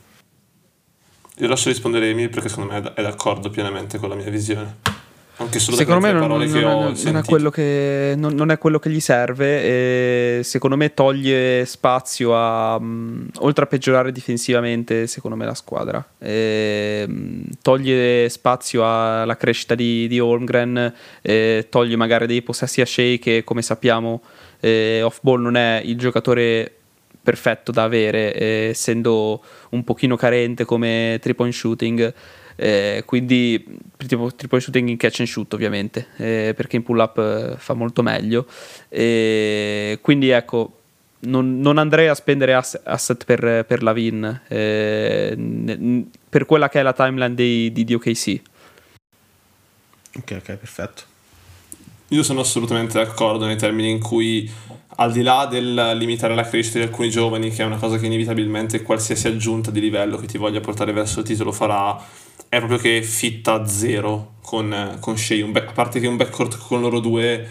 Io lascio rispondere Emil perché secondo me è d'accordo pienamente con la mia visione. Anche solo da quelle Secondo me tre non, parole non- che ho non- non è sentito. quello che, non, non è quello che gli serve. E secondo me toglie spazio a, mh, oltre a peggiorare difensivamente, secondo me la squadra. E, mh, toglie spazio alla crescita di, di Holmgren, e toglie magari dei possessi a Shea che, come sappiamo, eh, off ball non è il giocatore perfetto da avere, eh, essendo un pochino carente come three point shooting. Eh, quindi tipo three point shooting in catch and shoot ovviamente, eh, perché in pull up eh, fa molto meglio, eh, quindi ecco, non, non andrei a spendere ass- asset per, per Lavin, eh, n- per quella che è la timeline dei, di, di O K C. Ok, ok, perfetto. Io sono assolutamente d'accordo nei termini in cui, al di là del limitare la crescita di alcuni giovani, che è una cosa che inevitabilmente qualsiasi aggiunta di livello che ti voglia portare verso il titolo farà, è proprio che fitta a zero con, con Shea. Un back- a parte che un backcourt con loro due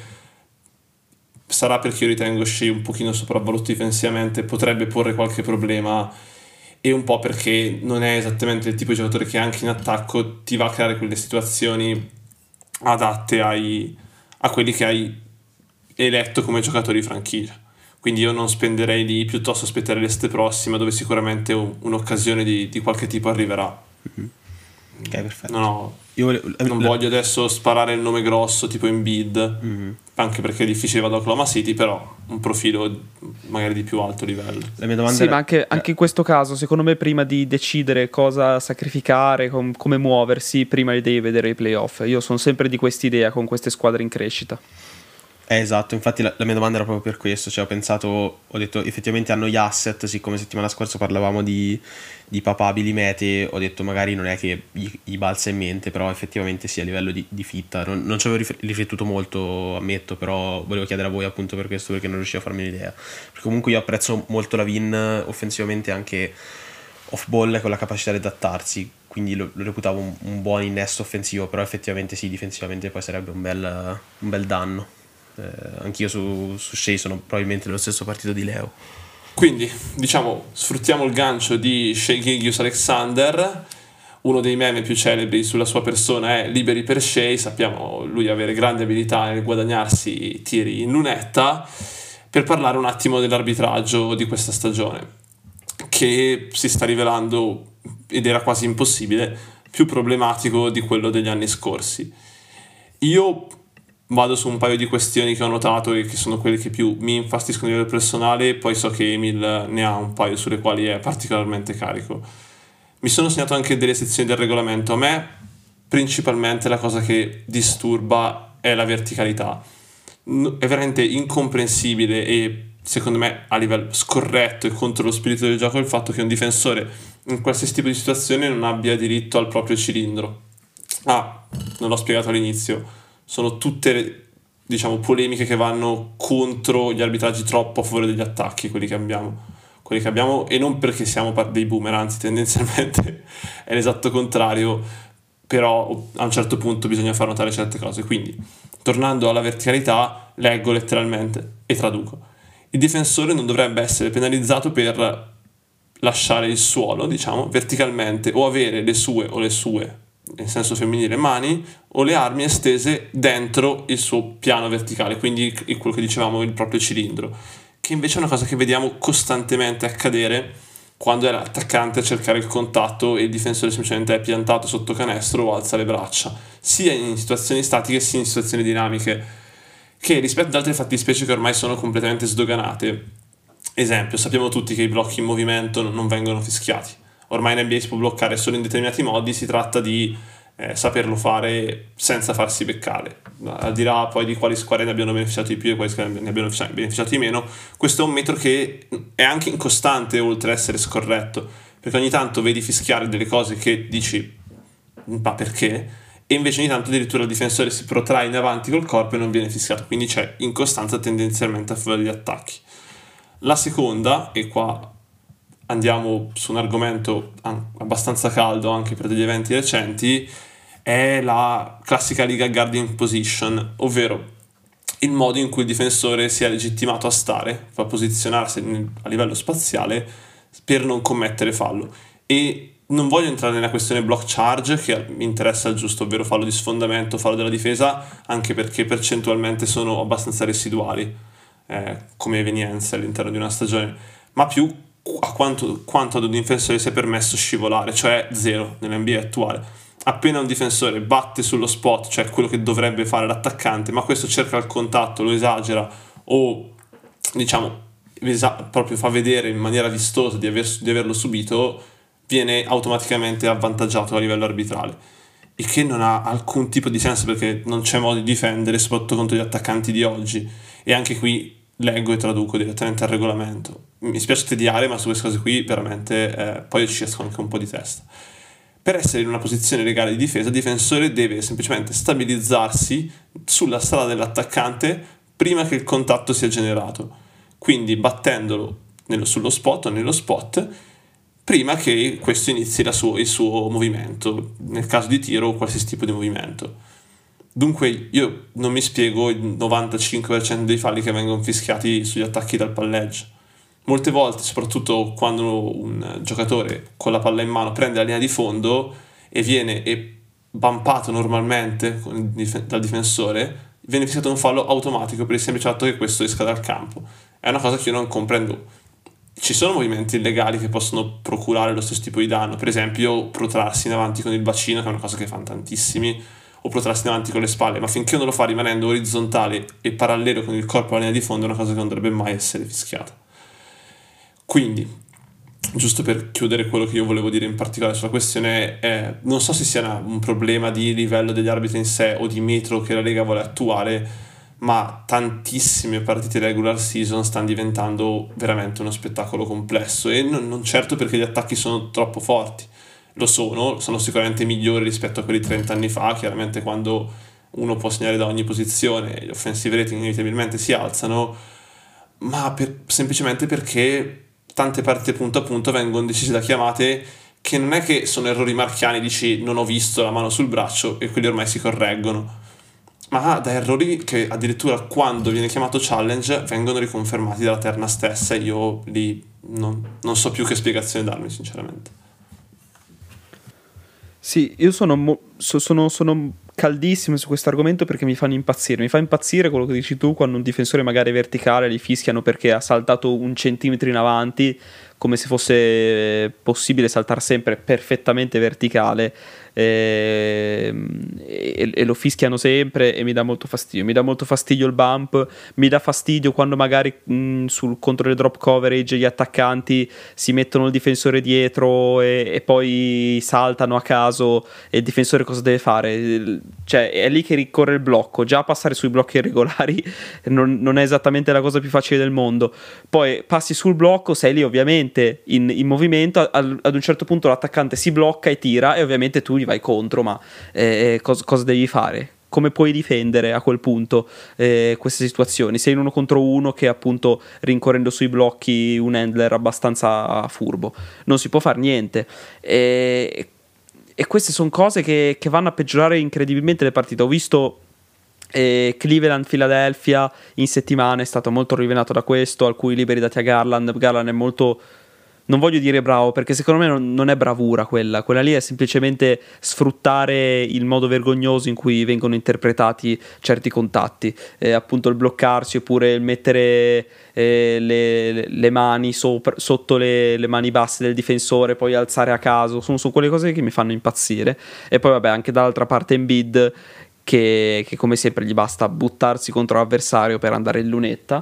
sarà, perché io ritengo Shea un pochino sopravvalutato difensivamente, potrebbe porre qualche problema, e un po' perché non è esattamente il tipo di giocatore che anche in attacco ti va a creare quelle situazioni adatte ai, a quelli che hai eletto come giocatori di franchigia. Quindi io non spenderei lì, piuttosto aspetterei l'estate prossima, dove sicuramente un- un'occasione di, di qualche tipo arriverà. Ok, perfetto. Non, ho- Io volevo- non la- voglio adesso sparare il nome grosso tipo Embiid, Mhm. anche perché è difficile vado a Oklahoma City, però un profilo magari di più alto livello. La mia domanda Sì, era- ma anche, anche in questo caso, secondo me, prima di decidere cosa sacrificare, com- come muoversi, prima li devi vedere i playoff. Io sono sempre di quest'idea con queste squadre in crescita. Eh, esatto, infatti la, la mia domanda era proprio per questo, cioè ho pensato, ho detto effettivamente hanno gli asset, siccome settimana scorsa parlavamo di, di papabili mete, ho detto magari non è che gli, gli balza in mente, però effettivamente sì, a livello di, di fitta non, non ci avevo rif- riflettuto molto, ammetto, però volevo chiedere a voi appunto per questo, perché non riuscivo a farmi l'idea, perché comunque io apprezzo molto Lavin offensivamente, anche off ball, con la capacità di adattarsi, quindi lo, lo reputavo un, un buon innesto offensivo, però effettivamente sì, difensivamente poi sarebbe un bel, un bel danno. Eh, anch'io su, su Shea sono probabilmente nello stesso partito di Leo. Quindi, diciamo, sfruttiamo il gancio di Shai Gilgeous-Alexander. Uno dei meme più celebri sulla sua persona è liberi per Shai. Sappiamo lui avere grande abilità nel guadagnarsi tiri in lunetta. Per parlare un attimo dell'arbitraggio di questa stagione, che si sta rivelando, ed era quasi impossibile, più problematico di quello degli anni scorsi. Io vado su un paio di questioni che ho notato e che sono quelle che più mi infastidiscono a livello personale, poi so che Emil ne ha un paio sulle quali è particolarmente carico. Mi sono segnato anche delle sezioni del regolamento. A me principalmente la cosa che disturba è la verticalità. È veramente incomprensibile e secondo me a livello scorretto e contro lo spirito del gioco il fatto che un difensore in qualsiasi tipo di situazione non abbia diritto al proprio cilindro. Ah, non l'ho spiegato all'inizio. Sono tutte, diciamo, polemiche che vanno contro gli arbitraggi troppo a favore degli attacchi, quelli che abbiamo, quelli che abbiamo e non perché siamo dei boomer, anzi tendenzialmente è l'esatto contrario, però a un certo punto bisogna far notare certe cose. Quindi, tornando alla verticalità, leggo letteralmente e traduco. Il difensore non dovrebbe essere penalizzato per lasciare il suolo, diciamo, verticalmente o avere le sue o le sue, nel senso femminile, mani o le armi estese dentro il suo piano verticale, quindi quello che dicevamo, il proprio cilindro, che invece è una cosa che vediamo costantemente accadere quando è l'attaccante a cercare il contatto e il difensore semplicemente è piantato sotto canestro o alza le braccia, sia in situazioni statiche sia in situazioni dinamiche, che rispetto ad altre fattispecie che ormai sono completamente sdoganate. Esempio, sappiamo tutti che i blocchi in movimento non vengono fischiati. Ormai in N B A si può bloccare solo in determinati modi, si tratta di eh, saperlo fare senza farsi beccare. Al di là poi di quali squadre ne abbiano beneficiato di più e quali squadre ne abbiano beneficiato di meno, questo è un metro che è anche incostante oltre ad essere scorretto, perché ogni tanto vedi fischiare delle cose che dici ma perché? E invece ogni tanto addirittura il difensore si protrae in avanti col corpo e non viene fischiato, quindi c'è incostanza tendenzialmente a favore degli attacchi. La seconda, e qua andiamo su un argomento abbastanza caldo anche per degli eventi recenti, è la classica Liga Guarding Position, ovvero il modo in cui il difensore sia legittimato a stare, a posizionarsi a livello spaziale per non commettere fallo. E non voglio entrare nella questione block charge, che mi interessa il giusto, ovvero fallo di sfondamento, fallo della difesa, anche perché percentualmente sono abbastanza residuali eh, come evenienze all'interno di una stagione, ma più a quanto, quanto ad un difensore si è permesso scivolare, cioè zero nell'N B A attuale. Appena un difensore batte sullo spot, cioè quello che dovrebbe fare l'attaccante, ma questo cerca il contatto, lo esagera o diciamo esa- proprio fa vedere in maniera vistosa di, aver, di averlo subito, viene automaticamente avvantaggiato a livello arbitrale, il che non ha alcun tipo di senso, perché non c'è modo di difendere soprattutto contro gli attaccanti di oggi. E anche qui leggo e traduco direttamente al regolamento. Mi spiace tediare, ma su queste cose qui veramente eh, poi ci esco anche un po' di testa. Per essere in una posizione legale di difesa, il difensore deve semplicemente stabilizzarsi sulla strada dell'attaccante prima che il contatto sia generato, quindi battendolo nello, sullo spot o nello spot prima che questo inizi la suo, il suo movimento, nel caso di tiro o qualsiasi tipo di movimento. Dunque io non mi spiego il novantacinque per cento dei falli che vengono fischiati sugli attacchi dal palleggio. Molte volte, soprattutto quando un giocatore con la palla in mano prende la linea di fondo e viene e bumpato normalmente dal difensore, viene fischiato un fallo automatico per il semplice fatto che questo esca dal campo. È una cosa che io non comprendo. Ci sono movimenti illegali che possono procurare lo stesso tipo di danno, per esempio protrarsi in avanti con il bacino, che è una cosa che fanno tantissimi, o protrarsi in avanti con le spalle, ma finché non lo fa rimanendo orizzontale e parallelo con il corpo alla linea di fondo è una cosa che non dovrebbe mai essere fischiata. Quindi, giusto per chiudere quello che io volevo dire in particolare sulla questione, eh, non so se sia una, un problema di livello degli arbitri in sé o di metro che la Lega vuole attuare, ma tantissime partite regular season stanno diventando veramente uno spettacolo complesso, e non, non certo perché gli attacchi sono troppo forti, lo sono, sono sicuramente migliori rispetto a quelli trenta anni fa, chiaramente quando uno può segnare da ogni posizione gli offensive rating inevitabilmente si alzano, ma per, semplicemente perché tante partite punto a punto vengono decise da chiamate che non è che sono errori marchiani, dici non ho visto la mano sul braccio e quelli ormai si correggono, ma da errori che addirittura quando viene chiamato challenge vengono riconfermati dalla terna stessa, e io lì non, non so più che spiegazione darmi sinceramente. Sì, io sono, mo- so- sono, sono caldissimo su questo argomento perché mi fanno impazzire. Mi fa impazzire quello che dici tu, quando un difensore magari verticale li fischiano perché ha saltato un centimetro in avanti, come se fosse possibile saltare sempre perfettamente verticale, e, e, e lo fischiano sempre, e mi dà molto fastidio. Mi dà molto fastidio il bump, mi dà fastidio quando magari mh, sul, contro le drop coverage gli attaccanti si mettono il difensore dietro e, e poi saltano a caso, e il difensore cosa deve fare? Cioè è lì che ricorre il blocco. Già passare sui blocchi irregolari non, non è esattamente la cosa più facile del mondo, poi passi sul blocco, sei lì ovviamente in, in movimento, ad, ad un certo punto l'attaccante si blocca e tira, e ovviamente tu gli vai contro, ma eh, cosa, cosa devi fare? Come puoi difendere a quel punto eh, queste situazioni? Sei in uno contro uno che appunto rincorrendo sui blocchi un handler abbastanza furbo, non si può fare niente, e, e queste sono cose che, che vanno a peggiorare incredibilmente le partite. Ho visto E Cleveland Philadelphia in settimana, è stato molto rivenato da questo, alcuni liberi dati a Garland. Garland è molto, non voglio dire bravo perché secondo me non, non è bravura quella quella lì, è semplicemente sfruttare il modo vergognoso in cui vengono interpretati certi contatti, eh, appunto il bloccarsi oppure il mettere eh, le, le mani sopra, sotto le, le mani basse del difensore, poi alzare a caso. Sono, sono quelle cose che mi fanno impazzire. E poi vabbè, anche dall'altra parte Embiid Che, che come sempre gli basta buttarsi contro l'avversario per andare in lunetta,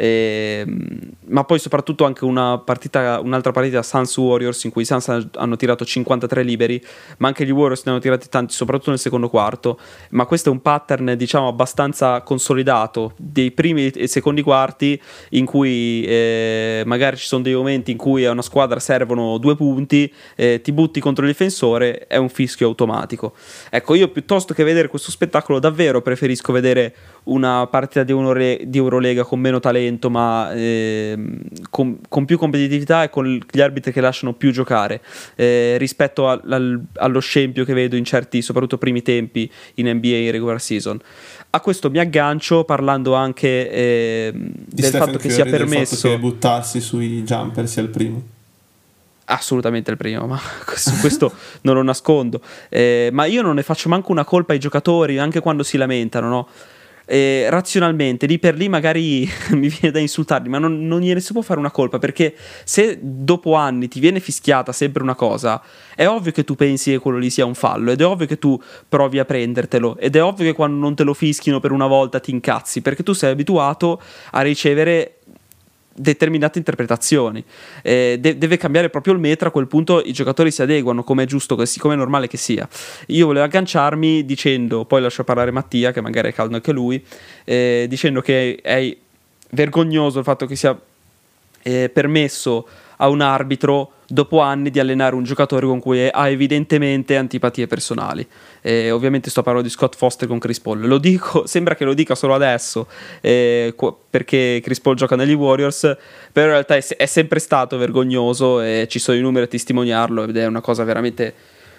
e, ma poi soprattutto anche una partita, un'altra partita Suns Warriors in cui i Suns hanno tirato cinquantatré liberi, ma anche gli Warriors ne hanno tirati tanti soprattutto nel secondo quarto, ma questo è un pattern diciamo abbastanza consolidato dei primi e secondi quarti in cui eh, magari ci sono dei momenti in cui a una squadra servono due punti, eh, ti butti contro il difensore, è un fischio automatico. Ecco, io piuttosto che vedere questo spettacolo davvero preferisco vedere una partita di, Eurole- di Eurolega con meno talento, ma eh, con, con più competitività e con gli arbitri che lasciano più giocare, eh, rispetto al, al, allo scempio che vedo in certi, soprattutto primi tempi in N B A regular season. A questo mi aggancio parlando anche eh, del Stephen fatto che Curry, sia del permesso fatto che buttarsi sui jumper sia il primo. Assolutamente il primo, ma su questo non lo nascondo, eh, ma io non ne faccio manco una colpa ai giocatori anche quando si lamentano, no? Eh, razionalmente lì per lì magari mi viene da insultarli, ma non, non gliene si può fare una colpa, perché se dopo anni ti viene fischiata sempre una cosa, è ovvio che tu pensi che quello lì sia un fallo, ed è ovvio che tu provi a prendertelo, ed è ovvio che quando non te lo fischino per una volta ti incazzi, perché tu sei abituato a ricevere determinate interpretazioni. Eh, de- deve cambiare proprio il metro. A quel punto i giocatori si adeguano, come è giusto, come è normale che sia. Io volevo agganciarmi dicendo, poi lascio parlare Mattia che magari è caldo anche lui, eh, dicendo che è vergognoso il fatto che sia eh, permesso a un arbitro dopo anni di allenare un giocatore con cui ha evidentemente antipatie personali. Eh, ovviamente sto parlando di Scott Foster con Chris Paul. Lo dico, sembra che lo dica solo adesso eh, perché Chris Paul gioca negli Warriors, però in realtà è, è sempre stato vergognoso, e ci sono i numeri a testimoniarlo, ed è una cosa veramente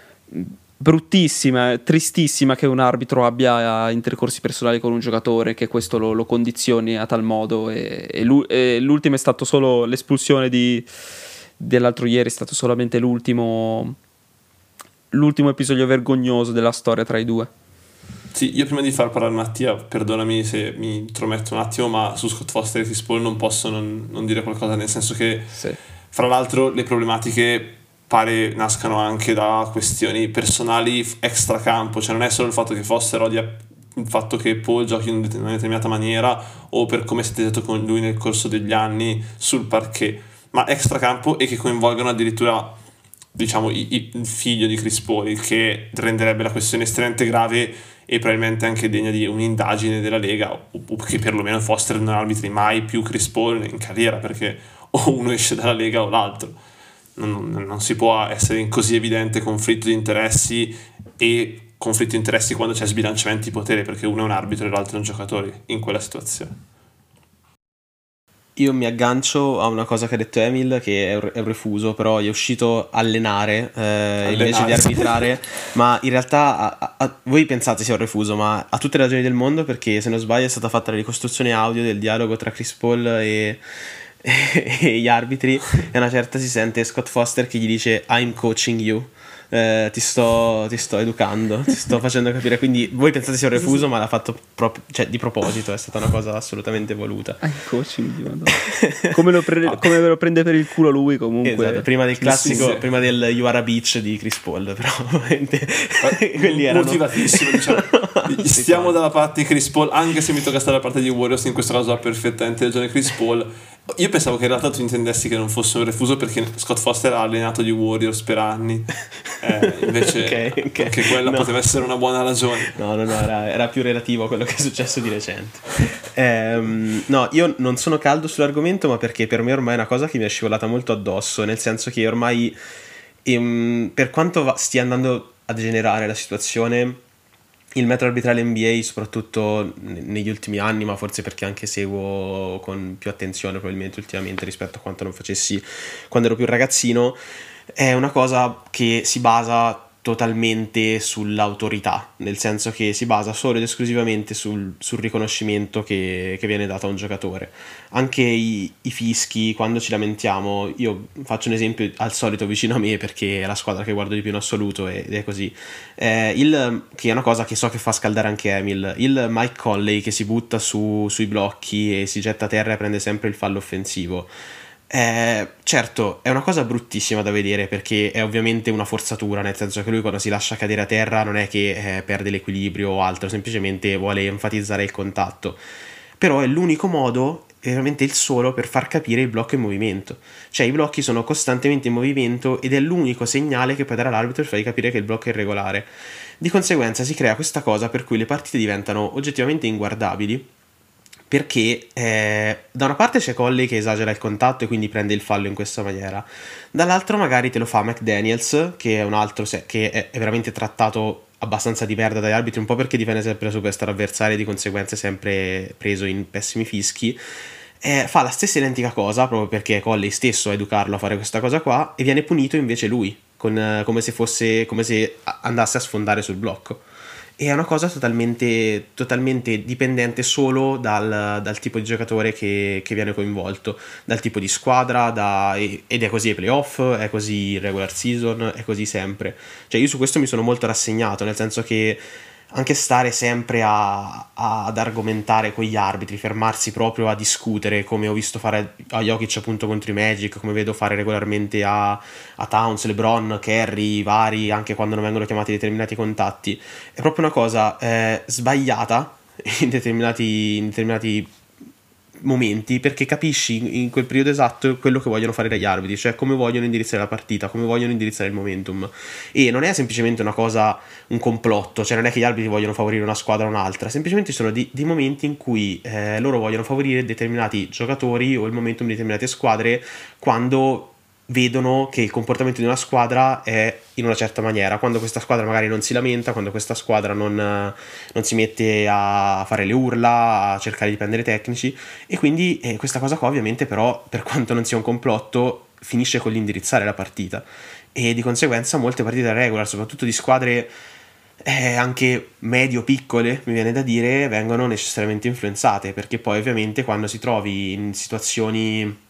bruttissima, tristissima che un arbitro abbia intercorsi personali con un giocatore, che questo lo, lo condizioni a tal modo, e, e, e l'ultimo è stato solo l'espulsione di dell'altro ieri, è stato solamente l'ultimo l'ultimo episodio vergognoso della storia tra i due. Sì, io prima di far parlare Mattia, perdonami se mi intrometto un attimo, ma su Scott Foster e Chris Paul non posso non, non dire qualcosa, nel senso che sì. Fra l'altro le problematiche pare nascano anche da questioni personali extracampo, cioè non è solo il fatto che Foster odia il fatto che Paul giochi in una determinata maniera o per come si è stato con lui nel corso degli anni sul parquet, ma extracampo, e che coinvolgono addirittura diciamo i, il figlio di Chris Paul, il che renderebbe la questione estremamente grave e probabilmente anche degna di un'indagine della Lega, o, o che perlomeno Foster non arbitri mai più Chris Paul in carriera, perché o uno esce dalla Lega o l'altro. Non, non si può essere in così evidente conflitto di interessi e conflitto di interessi quando c'è sbilanciamento di potere, perché uno è un arbitro e l'altro è un giocatore in quella situazione. Io mi aggancio a una cosa che ha detto Emil, che è un, è un refuso, però è uscito allenare, eh, allenare invece di arbitrare, ma in realtà a, a, a, voi pensate sia un refuso, ma ha tutte le ragioni del mondo, perché se non sbaglio è stata fatta la ricostruzione audio del dialogo tra Chris Paul e, e, e gli arbitri, e a una certa si sente Scott Foster che gli dice "I'm coaching you". Eh, ti, sto, ti sto educando, ti sto facendo capire. Quindi voi pensate sia un refuso, ma l'ha fatto proprio, cioè, di proposito. È stata una cosa assolutamente voluta. Ah, coaching, come, lo prende, come lo prende per il culo lui comunque. Esatto, prima del classico, sì, sì. prima del You Are a Beach di Chris Paul, però quelli erano motivatissimo, diciamo. Stiamo dalla parte di Chris Paul, anche se mi tocca stare dalla parte di Warriors, in questo caso ha perfettamente ragione Chris Paul. Io pensavo che in realtà tu intendessi che non fosse un refuso perché Scott Foster ha allenato gli Warriors per anni, eh, invece okay, okay. anche quella no. poteva essere una buona ragione. No, no, no, era, era più relativo a quello che è successo di recente. Ehm, no, io non sono caldo sull'argomento, ma perché per me ormai è una cosa che mi è scivolata molto addosso, nel senso che ormai, ehm, per quanto va, stia andando a degenerare la situazione, il metro arbitrale N B A, soprattutto negli ultimi anni, ma forse perché anche seguo con più attenzione probabilmente ultimamente rispetto a quanto non facessi quando ero più ragazzino, è una cosa che si basa totalmente sull'autorità, nel senso che si basa solo ed esclusivamente sul, sul riconoscimento che, che viene dato a un giocatore. Anche i, i fischi, quando ci lamentiamo, io faccio un esempio al solito vicino a me perché è la squadra che guardo di più in assoluto ed è così, eh, il, che è una cosa che so che fa scaldare anche Emil, il Mike Conley che si butta su, sui blocchi e si getta a terra e prende sempre il fallo offensivo. Eh, certo, è una cosa bruttissima da vedere perché è ovviamente una forzatura, nel senso che lui quando si lascia cadere a terra non è che eh, perde l'equilibrio o altro, semplicemente vuole enfatizzare il contatto. Però è l'unico modo, veramente il solo, per far capire il blocco in movimento. Cioè i blocchi sono costantemente in movimento ed è l'unico segnale che può dare all'arbitro per fargli capire che il blocco è irregolare. Di conseguenza si crea questa cosa per cui le partite diventano oggettivamente inguardabili, perché eh, da una parte c'è Conley che esagera il contatto e quindi prende il fallo in questa maniera, dall'altro magari te lo fa McDaniels, che è un altro se- che è, è veramente trattato abbastanza di merda dagli arbitri, un po' perché difende sempre la superstar avversaria e di conseguenza è sempre preso in pessimi fischi. Eh, fa la stessa identica cosa proprio perché è Conley stesso a educarlo a fare questa cosa qua e viene punito invece lui, con, eh, come se fosse come se andasse a sfondare sul blocco. È una cosa totalmente, totalmente dipendente solo dal, dal tipo di giocatore che, che viene coinvolto, dal tipo di squadra, da, ed è così ai playoff, è così in regular season, è così sempre. Cioè io su questo mi sono molto rassegnato, nel senso che anche stare sempre a, a, ad argomentare con gli arbitri, fermarsi proprio a discutere, come ho visto fare a Jokic appunto contro i Magic, come vedo fare regolarmente a, a Towns, LeBron, Curry, vari, anche quando non vengono chiamati determinati contatti, è proprio una cosa eh, sbagliata in determinati, in determinati momenti, perché capisci in quel periodo esatto quello che vogliono fare gli arbitri, cioè come vogliono indirizzare la partita, come vogliono indirizzare il momentum, e non è semplicemente una cosa, un complotto, cioè non è che gli arbitri vogliono favorire una squadra o un'altra, semplicemente ci sono di, di momenti in cui eh, loro vogliono favorire determinati giocatori o il momentum di determinate squadre quando vedono che il comportamento di una squadra è in una certa maniera, quando questa squadra magari non si lamenta, quando questa squadra non, non si mette a fare le urla, a cercare di prendere tecnici, e quindi eh, questa cosa qua ovviamente però, per quanto non sia un complotto, finisce con l'indirizzare la partita, e di conseguenza molte partite regular, soprattutto di squadre eh, anche medio-piccole, mi viene da dire, vengono necessariamente influenzate, perché poi ovviamente quando si trovi in situazioni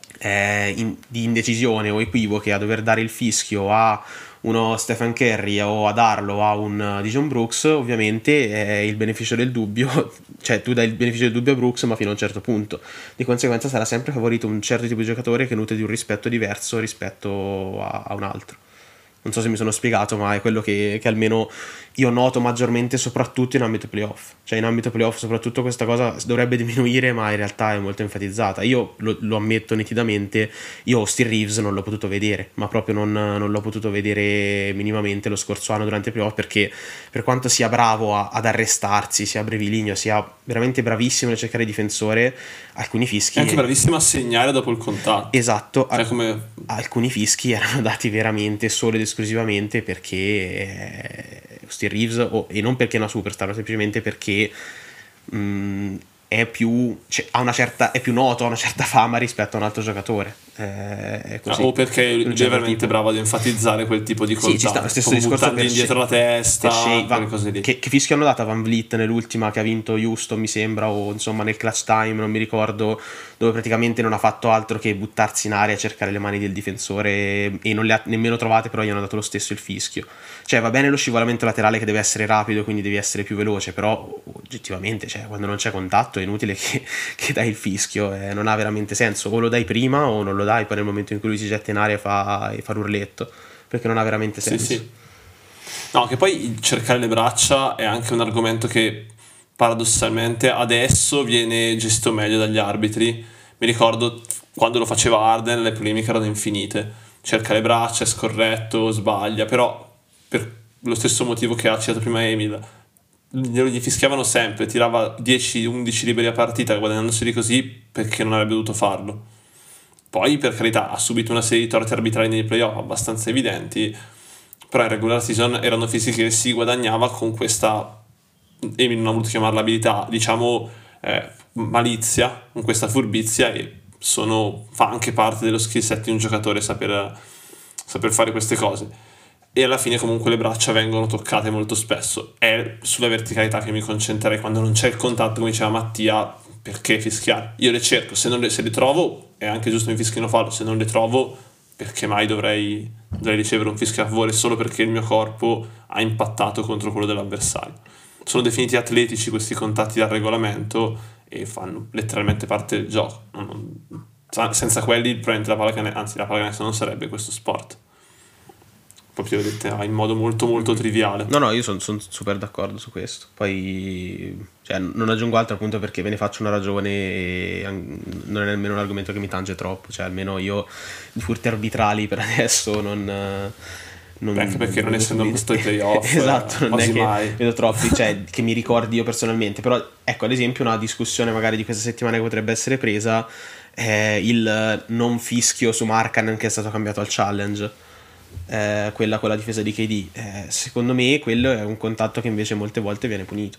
Eh, in, di indecisione o equivoche a dover dare il fischio a uno Stephen Curry o a darlo a un Dijon Brooks, ovviamente è il beneficio del dubbio, cioè tu dai il beneficio del dubbio a Brooks ma fino a un certo punto, di conseguenza sarà sempre favorito un certo tipo di giocatore che nutre di un rispetto diverso rispetto a, a un altro. Non so se mi sono spiegato, ma è quello che, che almeno io noto maggiormente, soprattutto in ambito playoff. Cioè in ambito playoff soprattutto questa cosa dovrebbe diminuire, ma in realtà è molto enfatizzata. Io lo, lo ammetto nitidamente, io Steve Reeves non l'ho potuto vedere, ma proprio non, non l'ho potuto vedere minimamente lo scorso anno durante i playoff, perché per quanto sia bravo a, ad arrestarsi, sia breviligno, sia veramente bravissimo nel cercare difensore, alcuni fischi... È anche bravissimo a segnare dopo il contatto. Esatto, cioè, come... alcuni fischi erano dati veramente solo ed esclusivamente perché eh, Steve Reeves, oh, e non perché è una superstar, ma semplicemente perché mh, è più, cioè, ha una certa, è più noto, ha una certa fama rispetto a un altro giocatore. Eh, è così. Ah, o perché lui è certo veramente tipo. bravo ad enfatizzare quel tipo di contatto. Sì, ci sta lo stesso discorso per indietro la testa, Shea, quelle cose lì. Che, che fischio hanno dato a Van Vliet nell'ultima che ha vinto Houston, mi sembra, o insomma nel clutch time, non mi ricordo, dove praticamente non ha fatto altro che buttarsi in aria a cercare le mani del difensore e non le ha nemmeno trovate, però gli hanno dato lo stesso il fischio. Cioè va bene lo scivolamento laterale che deve essere rapido, quindi devi essere più veloce, però oggettivamente, cioè, quando non c'è contatto è inutile che, che dai il fischio, eh, non ha veramente senso, o lo dai prima o non lo dai poi nel momento in cui lui si getta in aria e fa, e fa l'urletto, perché non ha veramente senso. Sì, sì. No, che poi cercare le braccia è anche un argomento che paradossalmente adesso viene gestito meglio dagli arbitri. Mi ricordo quando lo faceva Harden le polemiche erano infinite, cerca le braccia, è scorretto, sbaglia, però per lo stesso motivo che ha citato prima Emil, gli fischiavano sempre, tirava dieci undici liberi a partita guadagnandoseli così perché non avrebbe dovuto farlo. Poi per carità ha subito una serie di torti arbitrali nei playoff abbastanza evidenti, però in regular season erano fischi che si guadagnava con questa, Emil non ha voluto chiamarla abilità, diciamo eh, malizia, con questa furbizia, e sono, fa anche parte dello skill set di un giocatore saper, saper fare queste cose. E alla fine comunque le braccia vengono toccate molto spesso. È sulla verticalità che mi concentrerei quando non c'è il contatto, come diceva Mattia. Perché fischiare? Io le cerco, se, non le, se le trovo è anche giusto mi fischino fallo, se non le trovo perché mai dovrei, dovrei ricevere un fischio a favore solo perché il mio corpo ha impattato contro quello dell'avversario. Sono definiti atletici questi contatti dal regolamento e fanno letteralmente parte del gioco. Non, non, senza quelli probabilmente la pallacanestro, anzi la pallacanestro non sarebbe questo sport. Proprio vedete in modo molto molto triviale. No no, io sono son super d'accordo su questo. Poi cioè, non aggiungo altro appunto perché ve ne faccio una ragione e non è nemmeno un argomento che mi tange troppo. Cioè almeno io di furti arbitrali per adesso non, non Beh, anche perché non, non essendo visto i playoff esatto, non è che mai. vedo troppi, cioè che mi ricordi io personalmente. Però ecco, ad esempio una discussione magari di questa settimana che potrebbe essere presa è il non fischio su Markkanen che è stato cambiato al challenge. Eh, quella con la difesa di K D, eh, secondo me quello è un contatto che invece molte volte viene punito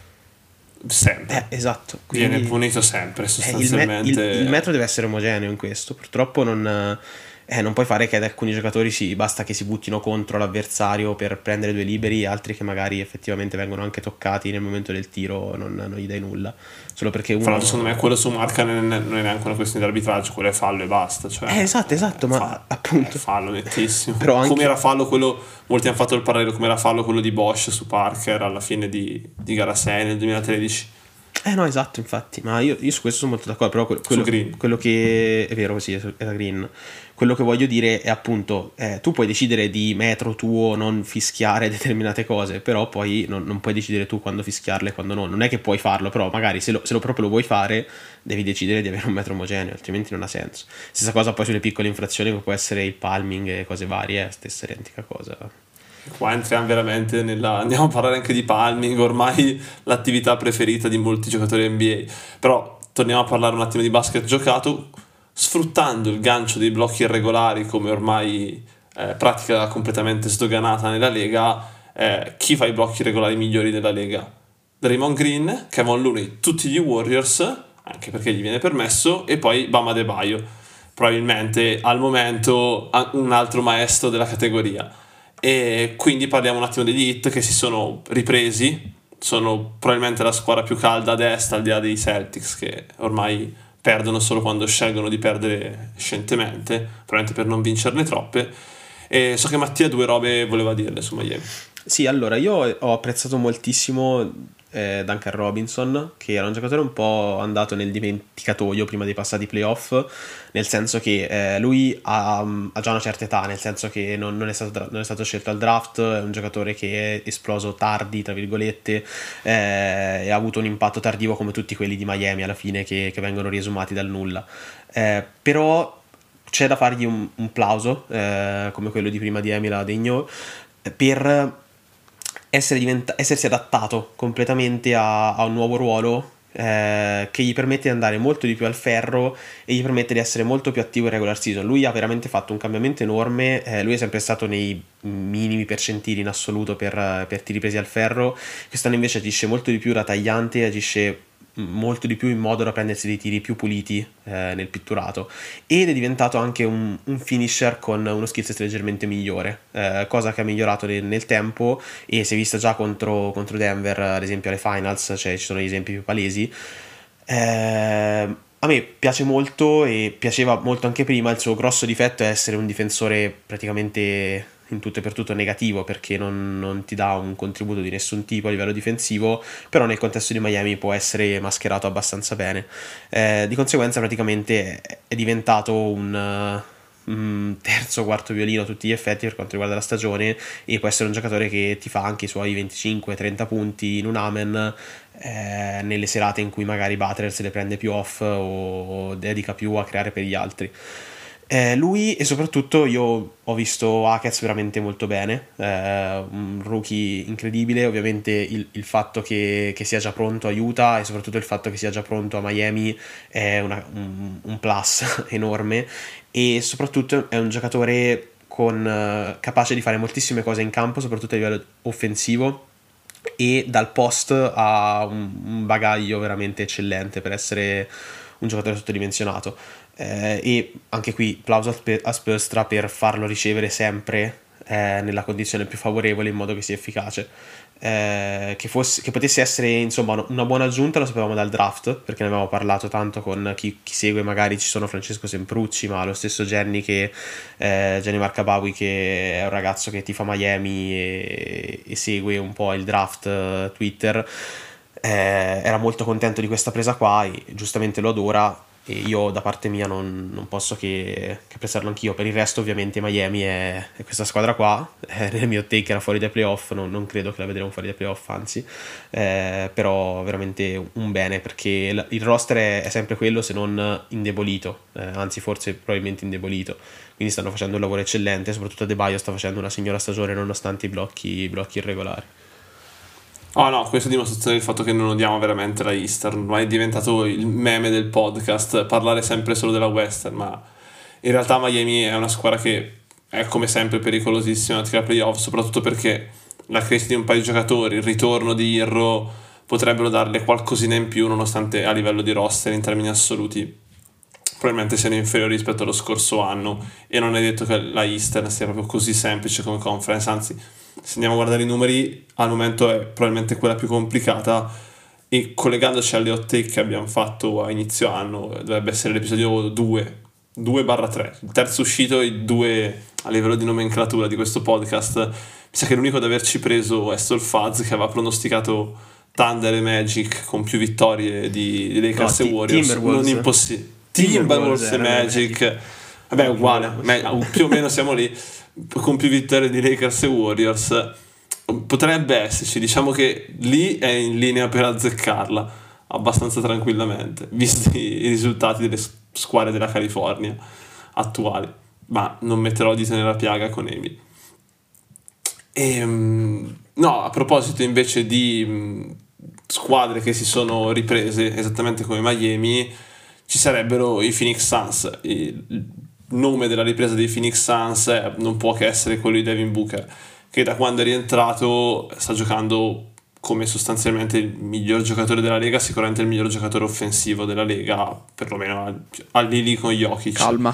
sempre, eh, esatto, quindi, viene punito sempre sostanzialmente. eh, il, me- il, il metro deve essere omogeneo in questo, purtroppo non, eh, non puoi fare che ad alcuni giocatori si, basta che si buttino contro l'avversario per prendere due liberi, altri che magari effettivamente vengono anche toccati nel momento del tiro non, non gli dai nulla solo perché uno... Fra l'altro secondo me quello su Markkanen non è neanche una questione di arbitraggio, quello è fallo e basta, cioè, eh, esatto esatto ma fa- appunto è fallo nettissimo. Però anche... come era fallo quello, molti hanno fatto il parallelo, come era fallo quello di Bosch su Parker alla fine di, di gara sei nel duemilatredici. Eh no, esatto, infatti, ma io, io su questo sono molto d'accordo, però quello, Green. quello che è vero, sì, è la Green. Quello che voglio dire è appunto, eh, tu puoi decidere di metro tuo non fischiare determinate cose, però poi non, non puoi decidere tu quando fischiarle e quando no. Non è che puoi farlo, però magari se lo, se lo proprio lo vuoi fare, devi decidere di avere un metro omogeneo, altrimenti non ha senso. Stessa cosa poi sulle piccole infrazioni, che può essere il palming e cose varie, stessa identica cosa. Qua entriamo veramente nella... andiamo a parlare anche di palming, ormai l'attività preferita di molti giocatori N B A. Però torniamo a parlare un attimo di basket giocato, sfruttando il gancio dei blocchi irregolari come ormai eh, pratica completamente sdoganata nella Lega. Eh, chi fa i blocchi irregolari migliori della Lega? Draymond Green, Kevon Looney, tutti gli Warriors, anche perché gli viene permesso, e poi Bam Adebayo, probabilmente al momento un altro maestro della categoria. E quindi parliamo un attimo degli Heat che si sono ripresi, sono probabilmente la squadra più calda ad est al di là dei Celtics che ormai perdono solo quando scelgono di perdere scientemente, probabilmente per non vincerne troppe. E so che Mattia due robe voleva dirle su Miami. Sì, allora io ho apprezzato moltissimo eh, Duncan Robinson, che era un giocatore un po' andato nel dimenticatoio prima dei passati playoff, nel senso che eh, lui ha, ha già una certa età, nel senso che non, non, è stato, non è stato scelto al draft, è un giocatore che è esploso tardi, tra virgolette, eh, e ha avuto un impatto tardivo come tutti quelli di Miami alla fine che, che vengono riesumati dal nulla. Eh, però c'è da fargli un, un plauso, eh, come quello di prima di Emila Degno, per essere diventa- essersi adattato completamente a, a un nuovo ruolo, eh, che gli permette di andare molto di più al ferro e gli permette di essere molto più attivo in regular season. Lui ha veramente fatto un cambiamento enorme, eh, lui è sempre stato nei minimi percentili in assoluto per, per tiri presi al ferro. Quest'anno invece agisce molto di più da tagliante, agisce molto di più in modo da prendersi dei tiri più puliti eh, nel pitturato, ed è diventato anche un, un finisher con uno skill set leggermente migliore, eh, cosa che ha migliorato nel, nel tempo, e si è vista già contro, contro Denver, ad esempio alle finals, cioè ci sono gli esempi più palesi. eh, a me piace molto, e piaceva molto anche prima. Il suo grosso difetto è essere un difensore praticamente in tutto e per tutto negativo, perché non, non ti dà un contributo di nessun tipo a livello difensivo, però nel contesto di Miami può essere mascherato abbastanza bene. Eh, di conseguenza praticamente è diventato un, uh, un terzo quarto violino a tutti gli effetti per quanto riguarda la stagione, e può essere un giocatore che ti fa anche i suoi venticinque trenta punti in un amen, eh, nelle serate in cui magari Butler se le prende più off o dedica più a creare per gli altri. Eh, lui, e soprattutto io ho visto Hackett veramente molto bene, eh, un rookie incredibile. Ovviamente il, il fatto che, che sia già pronto aiuta, e soprattutto il fatto che sia già pronto a Miami è una, un, un plus enorme, e soprattutto è un giocatore con, uh, capace di fare moltissime cose in campo, soprattutto a livello offensivo, e dal post ha un, un bagaglio veramente eccellente per essere un giocatore sottodimensionato. Eh, e anche qui plauso a Spoelstra per farlo ricevere sempre eh, nella condizione più favorevole, in modo che sia efficace. Eh, che, fosse, che potesse essere insomma una buona aggiunta lo sapevamo dal draft, perché ne avevamo parlato tanto con chi, chi segue. Magari ci sono Francesco Semprucci, ma lo stesso Jenny che eh, Jenny Marcabawi, che è un ragazzo che tifa Miami e, e segue un po' il draft uh, Twitter, eh, era molto contento di questa presa qua, e giustamente lo adora. E io da parte mia non, non posso che, che apprezzarlo anch'io. Per il resto ovviamente Miami è, è questa squadra qua, eh, nel mio take era fuori dai playoff, non, non credo che la vedremo fuori dai playoff, anzi, eh, però veramente un bene, perché il, il roster è, è sempre quello, se non indebolito, eh, anzi forse probabilmente indebolito, quindi stanno facendo un lavoro eccellente. Soprattutto Adebayo sta facendo una signora stagione nonostante i blocchi, i blocchi irregolari. Oh no, questo dimostra il fatto che non odiamo veramente la Eastern. Ormai è diventato il meme del podcast parlare sempre solo della Western, ma in realtà Miami è una squadra che è come sempre pericolosissima tra i playoff, soprattutto perché la crescita di un paio di giocatori, il ritorno di Irro potrebbero darle qualcosina in più, nonostante a livello di roster in termini assoluti probabilmente siano inferiori rispetto allo scorso anno, e non è detto che la Eastern sia proprio così semplice come conference, anzi se andiamo a guardare i numeri al momento è probabilmente quella più complicata. E collegandoci alle hot take che abbiamo fatto a inizio anno, dovrebbe essere l'episodio due barra tre, il terzo uscito, i due a livello di nomenclatura di questo podcast. Mi sa che l'unico ad averci preso è Solfaz, che aveva pronosticato Thunder e Magic con più vittorie di, di Lakers no, e Warriors. Non impossibile. Timberwolves e Magic, Magic. Vabbè, uguale, più o meno siamo lì, con più vittorie di Lakers e Warriors. Potrebbe esserci, diciamo che lì è in linea per azzeccarla abbastanza tranquillamente, visti i risultati delle squadre della California attuali, ma non metterò dita nella piaga con Amy. E, no, a proposito invece di squadre che si sono riprese esattamente come Miami, ci sarebbero i Phoenix Suns. Il nome della ripresa dei Phoenix Suns è, non può che essere quello di Devin Booker, che da quando è rientrato sta giocando come sostanzialmente il miglior giocatore della Lega, sicuramente il miglior giocatore offensivo della Lega, perlomeno al lì lì con Jokic. Calma.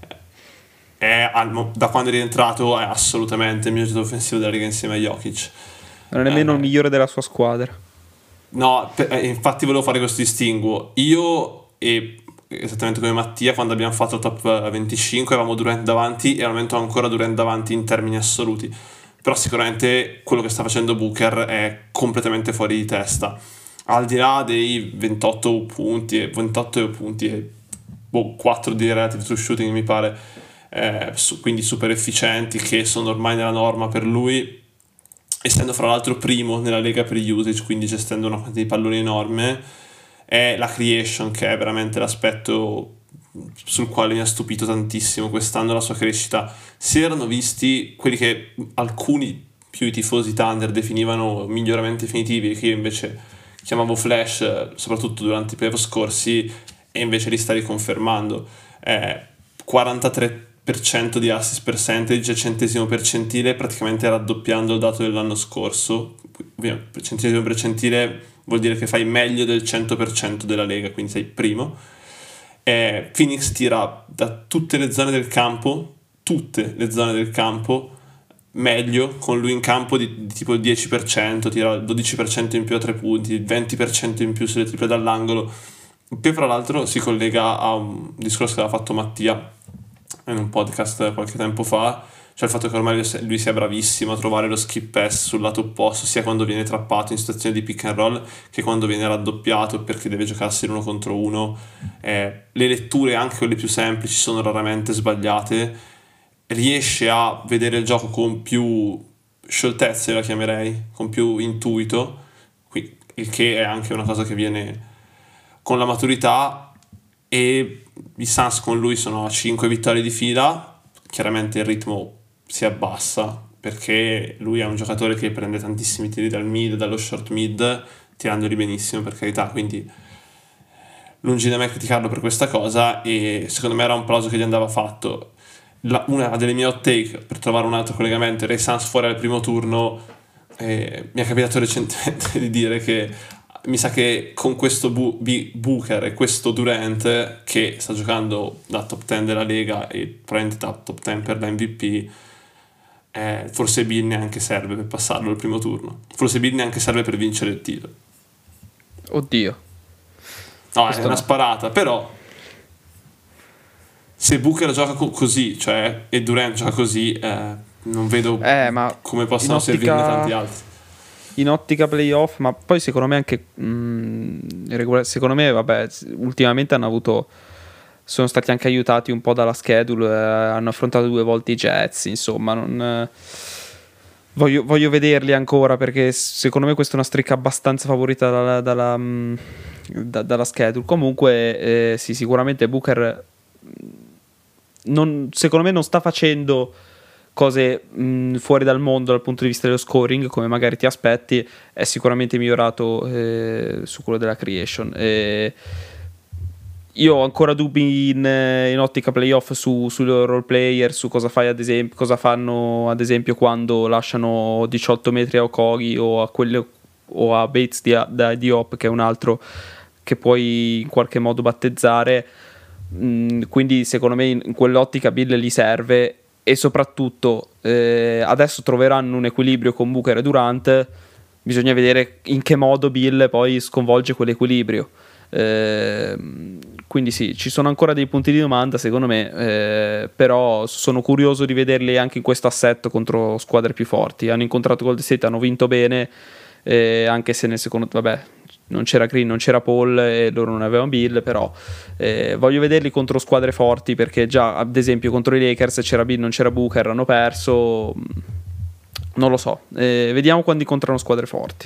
È, da quando è rientrato è assolutamente il miglior giocatore offensivo della Lega insieme a Jokic. Non è nemmeno eh, il migliore della sua squadra. No, per, infatti volevo fare questo distinguo. Io e esattamente come Mattia, quando abbiamo fatto il top venticinque avevamo Durant davanti, e al momento ancora Durant davanti in termini assoluti. però sicuramente quello che sta facendo Booker è completamente fuori di testa, al di là dei ventotto punti, ventotto punti e boh, quattro di relative true shooting mi pare, eh, su, quindi super efficienti, che sono ormai nella norma per lui, essendo fra l'altro primo nella lega per usage, quindi gestendo una quantità di palloni enorme. È la creation che è veramente l'aspetto sul quale mi ha stupito tantissimo quest'anno, la sua crescita. Si erano visti quelli che alcuni più i tifosi Thunder definivano miglioramenti definitivi, che io invece chiamavo flash, soprattutto durante i playoff scorsi, e invece li sta riconfermando. Eh, quarantatré per cento di assist percentage, centesimo percentile, praticamente raddoppiando il dato dell'anno scorso. Centesimo percentile vuol dire che fai meglio del cento per cento della lega, quindi sei primo. Eh, Phoenix tira da tutte le zone del campo, tutte le zone del campo, meglio, con lui in campo di, di tipo il dieci per cento, tira il dodici per cento in più a tre punti, il venti per cento in più sulle triple dall'angolo, che fra l'altro si collega a un discorso che aveva fatto Mattia in un podcast qualche tempo fa, cioè il fatto che ormai lui sia bravissimo a trovare lo skip pass sul lato opposto, sia quando viene trappato in situazioni di pick and roll che quando viene raddoppiato perché deve giocarsi l'uno contro uno. Eh, le letture, anche quelle più semplici, sono raramente sbagliate, riesce a vedere il gioco con più scioltezza, la chiamerei, con più intuito, il che è anche una cosa che viene con la maturità. E i Suns con lui sono a cinque vittorie di fila, chiaramente il ritmo si abbassa perché lui è un giocatore che prende tantissimi tiri dal mid, dallo short mid, tirandoli benissimo, per carità, quindi lungi da me criticarlo per questa cosa, e secondo me era un plauso che gli andava fatto. La, una delle mie hot take per trovare un altro collegamento era i Suns fuori al primo turno. Eh, mi è capitato recentemente di dire che mi sa che con questo Bu- B- Booker e questo Durant, che sta giocando da top dieci della Lega e probabilmente da top dieci per la M V P, eh, forse Bill neanche serve per passarlo al primo turno, forse Bill neanche serve per vincere il titolo. Oddio, no, questo è una no. sparata, però se Booker gioca co- così, cioè, e Durant gioca così, eh, non vedo Eh, ma come possano in ottica- servirne tanti altri. in ottica playoff, ma poi secondo me anche mh, regula- secondo me vabbè, ultimamente hanno avuto, sono stati anche aiutati un po' dalla schedule, eh, hanno affrontato due volte i Jets, insomma non, eh, voglio, voglio vederli ancora, perché secondo me questa è una streak abbastanza favorita dalla, dalla, mh, da- dalla schedule. Comunque eh, sì, sicuramente Booker non, secondo me non sta facendo cose mh, fuori dal mondo dal punto di vista dello scoring, come magari ti aspetti. È sicuramente migliorato eh, su quello della creation. E io ho ancora dubbi in, in ottica playoff su, sui loro role player, su cosa fai ad esempio, cosa fanno ad esempio quando lasciano diciotto metri a Okogie o a quello o a Bates di, da Diop, che è un altro che puoi in qualche modo battezzare. Mm, quindi secondo me in, in quell'ottica Bill li serve, e soprattutto eh, adesso troveranno un equilibrio con Booker e Durant. Bisogna vedere in che modo Bill poi sconvolge quell'equilibrio. Eh, quindi sì, ci sono ancora dei punti di domanda secondo me, eh, però sono curioso di vederli anche in questo assetto contro squadre più forti. Hanno incontrato Golden State, hanno vinto bene, eh, anche se nel secondo, vabbè, non c'era Green, non c'era Paul e loro non avevano Bill, però eh, voglio vederli contro squadre forti, perché già ad esempio contro i Lakers c'era Bill, non c'era Booker, hanno perso, non lo so, eh, vediamo quando incontrano squadre forti.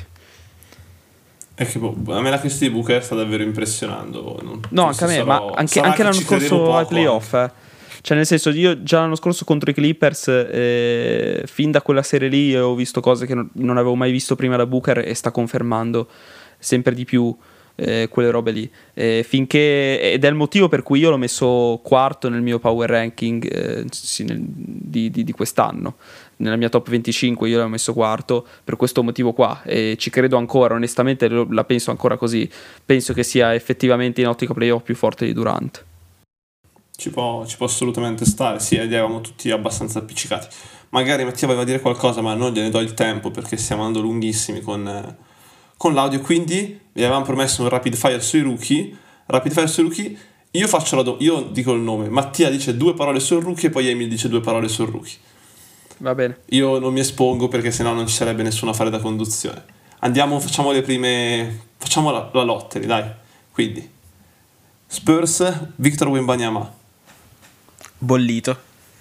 È che boh, a me la questione di Booker sta davvero impressionando. Non, No, anche a me, sarò, ma anche, anche l'anno scorso ai playoff, eh. Cioè nel senso, io già l'anno scorso contro i Clippers, eh, fin da quella serie lì ho visto cose che non, non avevo mai visto prima da Booker, e sta confermando sempre di più eh, quelle robe lì, eh, finché, ed è il motivo per cui io l'ho messo quarto nel mio power ranking eh, sì, nel, di, di, di quest'anno. Nella mia top venticinque io l'ho messo quarto per questo motivo qua, e ci credo ancora, onestamente la penso ancora così. Penso che sia effettivamente in ottica playoff più forte di Durant. Ci può, ci può assolutamente stare, sì, ed eravamo tutti abbastanza appiccicati. Magari Mattia voleva dire qualcosa, ma non gliene do il tempo perché stiamo andando lunghissimi con, eh, con l'audio, quindi vi avevamo promesso un rapid fire sui rookie. Rapid fire sui rookie, io faccio la do- io dico il nome, Mattia dice due parole sul rookie e poi Emil dice due parole sul rookie. Va bene. Io non mi espongo perché sennò non ci sarebbe nessuno a fare da conduzione. Andiamo, facciamo le prime... Facciamo la, la lottery, dai. Quindi, Spurs, Victor Wembanyama. Bollito.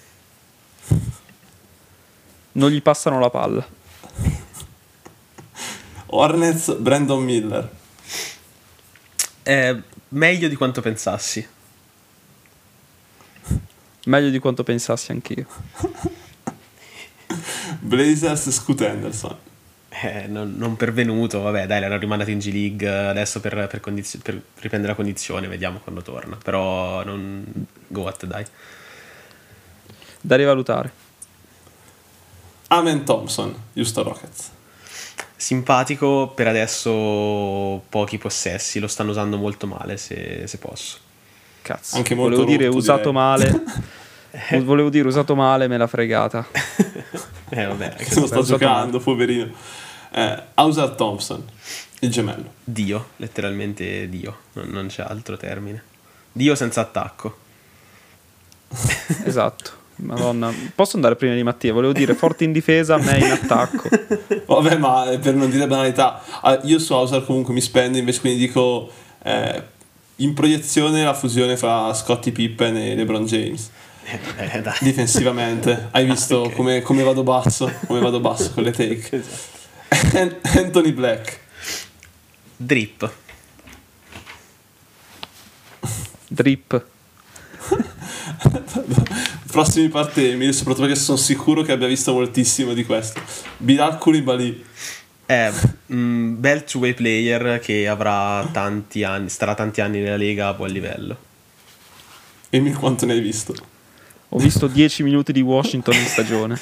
Non gli passano la palla. Hornets, Brandon Miller. È meglio di quanto pensassi. Meglio di quanto pensassi anch'io. Blazers, Scoot Henderson. Eh, non, non pervenuto, vabbè dai, l'hanno rimandato in G League adesso per, per, condizio- per riprendere la condizione, vediamo quando torna. Però non... Goat, dai. Da rivalutare. Amen Thompson, Houston Rockets. Simpatico, per adesso pochi possessi, lo stanno usando molto male se, se posso. Cazzo, Anche molto volevo dire rotto, usato direi. male. Volevo dire usato male, me l'ha fregata. Eh vabbè, Se non sta usato giocando, poverino. Eh, Ausar Thompson, il gemello. Dio, letteralmente Dio, non, non c'è altro termine. Dio senza attacco. Esatto. Madonna, posso andare prima di Mattia? Volevo dire forte in difesa, me in attacco. Vabbè, ma eh, per non dire banalità, ah, io su Ausar comunque mi spendo, invece quindi dico eh, in proiezione la fusione fra Scottie Pippen e LeBron James. Eh, dai. Difensivamente, hai visto Ok. come, come vado basso, come vado basso con le take. An- Anthony Black, Drip. Drip. prossimi partemi, soprattutto perché sono sicuro che abbia visto moltissimo di questo. Bilal Coulibaly, È un bel two-way player che avrà tanti anni, starà tanti anni nella Lega a buon livello. Emil, quanto ne hai visto? Ho visto dieci minuti di Washington in stagione.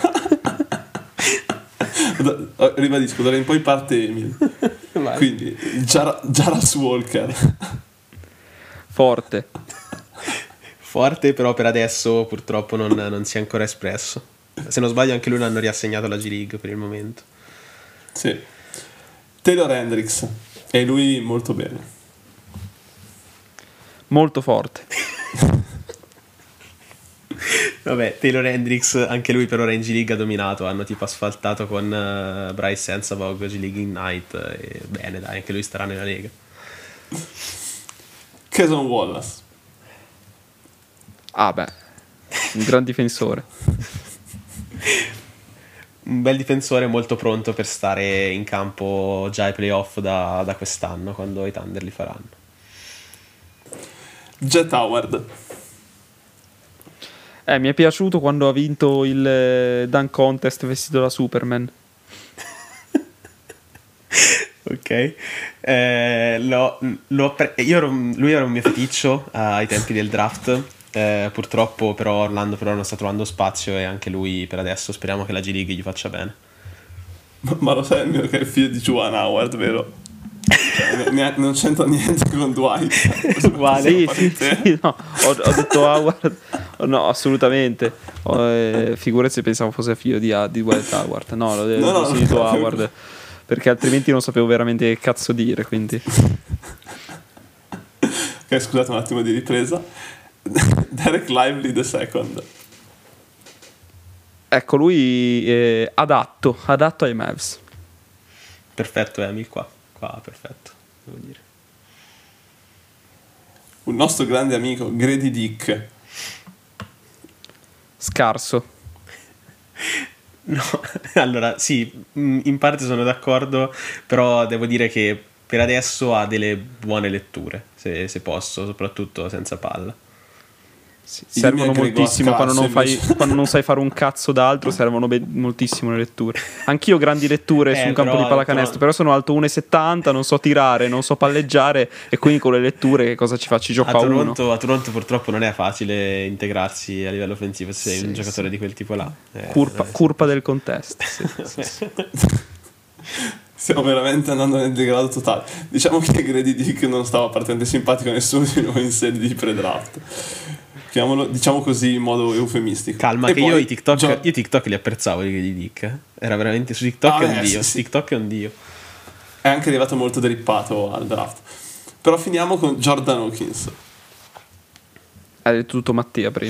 Da- ribadisco, d'ora in poi parte Emil. Vai. Quindi Jar- Jaras Walker, Forte. Forte, però per adesso purtroppo non, non si è ancora espresso. Se non sbaglio anche lui l'hanno riassegnato alla G League per il momento. sì. Taylor Hendricks, e lui molto bene. Molto forte. Vabbè, Taylor Hendricks, anche lui per ora in G League ha dominato, hanno tipo asfaltato con uh, Bryce Sensabog G League Ignite e bene dai, anche lui starà nella Lega. Cason Wallace, Ah beh, un gran difensore. Un bel difensore molto pronto per stare in campo già ai playoff da, da quest'anno, quando i Thunder li faranno. Jet Howard, Eh, mi è piaciuto quando ha vinto il eh, dunk contest vestito da Superman. Ok, eh, l'ho- l'ho pre- io ero, lui era un mio feticcio ai tempi del draft. Eh, purtroppo però Orlando però non sta trovando spazio e anche lui per adesso speriamo che la G League gli faccia bene. ma, ma lo sai almeno che è il figlio di Juwan Howard, vero? Cioè, ne- non c'entra niente con Dwight. Uguale. Sì, Fare sì, te. sì, no, ho, ho detto Howard. No, assolutamente. Ho, eh, figurati se pensavo fosse figlio di, di Dwight Howard. No, l'ho No, no, ho sentito no. Howard. Perché altrimenti non sapevo veramente che cazzo dire. Quindi, Ok, scusate un attimo di ripresa. Derek Lively the second. ecco lui eh, adatto, adatto ai Mavs. Perfetto Emil qua, qua perfetto, devo dire. Un nostro grande amico, Grady Dick. Scarso. No, allora sì, mh, in parte sono d'accordo, però devo dire che per adesso ha delle buone letture, se, se posso, soprattutto senza palla. Sì, Io servono mi aggrego a moltissimo quando non, scarso, fai, invece. quando non sai fare un cazzo d'altro, servono be- moltissimo le letture. Anch'io grandi letture Eh, su un campo però- di pallacanestro, però- però sono alto uno e settanta, non so tirare, non so palleggiare e quindi con le letture che cosa ci faccio? Ci A gioco a, uno. Toronto, a Toronto purtroppo non è facile integrarsi a livello offensivo se sei Sì, un giocatore sì. di quel tipo là. Eh, Curpa, non è curpa del contesto. Sì, sì, sì. Stiamo veramente andando nel degrado totale. Diciamo che Grady Dick non stava particolarmente simpatico a nessuno di noi in sede di pre-draft. Chiamiamolo, diciamo così in modo eufemistico. Calma, E che poi io i TikTok, Gio- io i TikTok li apprezzavo di Grady Dick. eh. Era veramente su TikTok Ah, è un beh, dio. sì, Su sì. TikTok è un dio. è anche arrivato molto drippato al draft. Però finiamo con Jordan Hawkins. Hai detto tutto Mattia prima.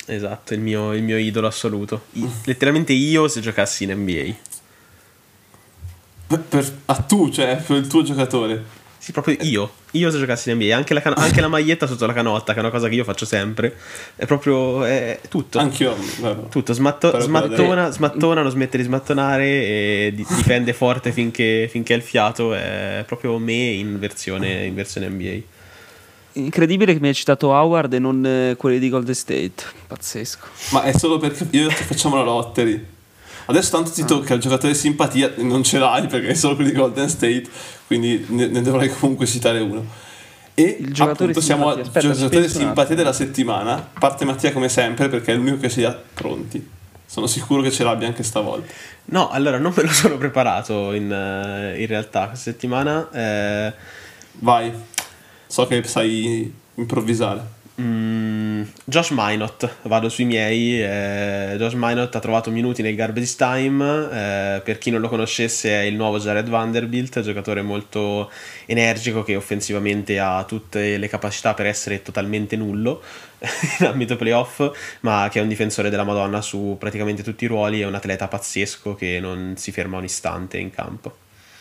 Esatto, il mio, il mio idolo assoluto. I, letteralmente io se giocassi in N B A. Per, per, a tu, cioè per il tuo giocatore. Sì, proprio io. Io se giocassi in N B A. Anche la, can- anche la maglietta sotto la canotta, che è una cosa che io faccio sempre. È proprio è tutto. Anch'io. Vabbè. Tutto. Smatto- smattona, smattona, non smette di smattonare e di- difende forte finché, finché ha il fiato. È proprio me in versione, in versione N B A. Incredibile che mi hai citato Howard e non eh, quelli di Golden State. Pazzesco. Ma è solo perché io e te facciamo la lottery. Adesso tanto ti tocca il giocatore di simpatia, non ce l'hai perché è solo quelli di Golden State, quindi ne, ne dovrai comunque citare uno. E Il giocatore appunto di siamo al simpatia. Aspetta, giocatore di penso un simpatia attimo. della settimana. Parte Mattia come sempre perché è l'unico che si ha pronti. Sono sicuro che ce l'abbia anche stavolta. No, allora non me lo sono preparato in, eh, in realtà questa settimana. Eh, Vai, so che sai improvvisare. mm, Josh Minot, vado sui miei. eh, Josh Minot ha trovato minuti nel garbage time. eh, per chi non lo conoscesse è il nuovo Jared Vanderbilt, giocatore molto energico che offensivamente ha tutte le capacità per essere totalmente nullo in ambito playoff, ma che è un difensore della Madonna su praticamente tutti i ruoli. È un atleta pazzesco che non si ferma un istante in campo.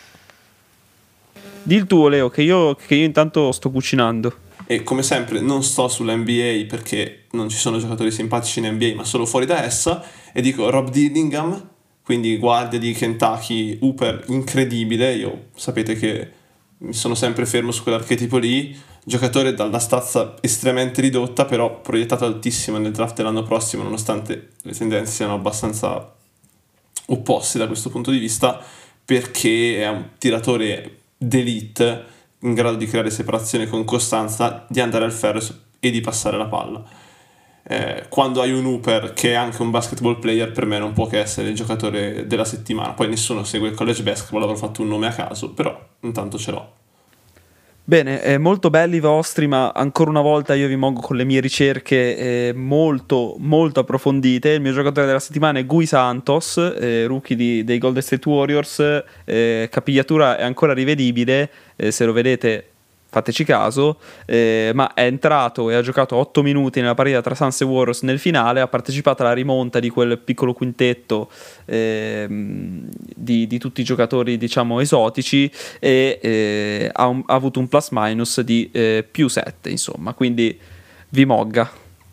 Di il tuo, Leo, che io, che io intanto sto cucinando. E come sempre non sto sull'N B A perché non ci sono giocatori simpatici in N B A, ma solo fuori da essa, e dico Rob Dillingham, quindi guardia di Kentucky, Hooper incredibile. Io sapete che mi sono sempre fermo su quell'archetipo lì, giocatore dalla stazza estremamente ridotta, però proiettato altissimo nel draft dell'anno prossimo, nonostante le tendenze siano abbastanza opposte da questo punto di vista, perché è un tiratore d'elite in grado di creare separazione con costanza, di andare al ferro e di passare la palla. Eh, quando hai un Hooper che è anche un basketball player, per me non può che essere il giocatore della settimana. Poi nessuno segue il college basketball, avrò fatto un nome a caso, però intanto ce l'ho. Bene, eh, molto belli i vostri, ma ancora una volta io vi mongo con le mie ricerche eh, molto, molto approfondite. Il mio giocatore della settimana è Gui Santos, eh, rookie di, dei Golden State Warriors. Eh, capigliatura è ancora rivedibile, eh, se lo vedete fateci caso, eh, ma è entrato e ha giocato otto minuti nella partita tra Suns e Warriors nel finale, ha partecipato alla rimonta di quel piccolo quintetto eh, di, di tutti i giocatori diciamo esotici e eh, ha, un, ha avuto un plus minus di eh, più sette, insomma, quindi vi mogga.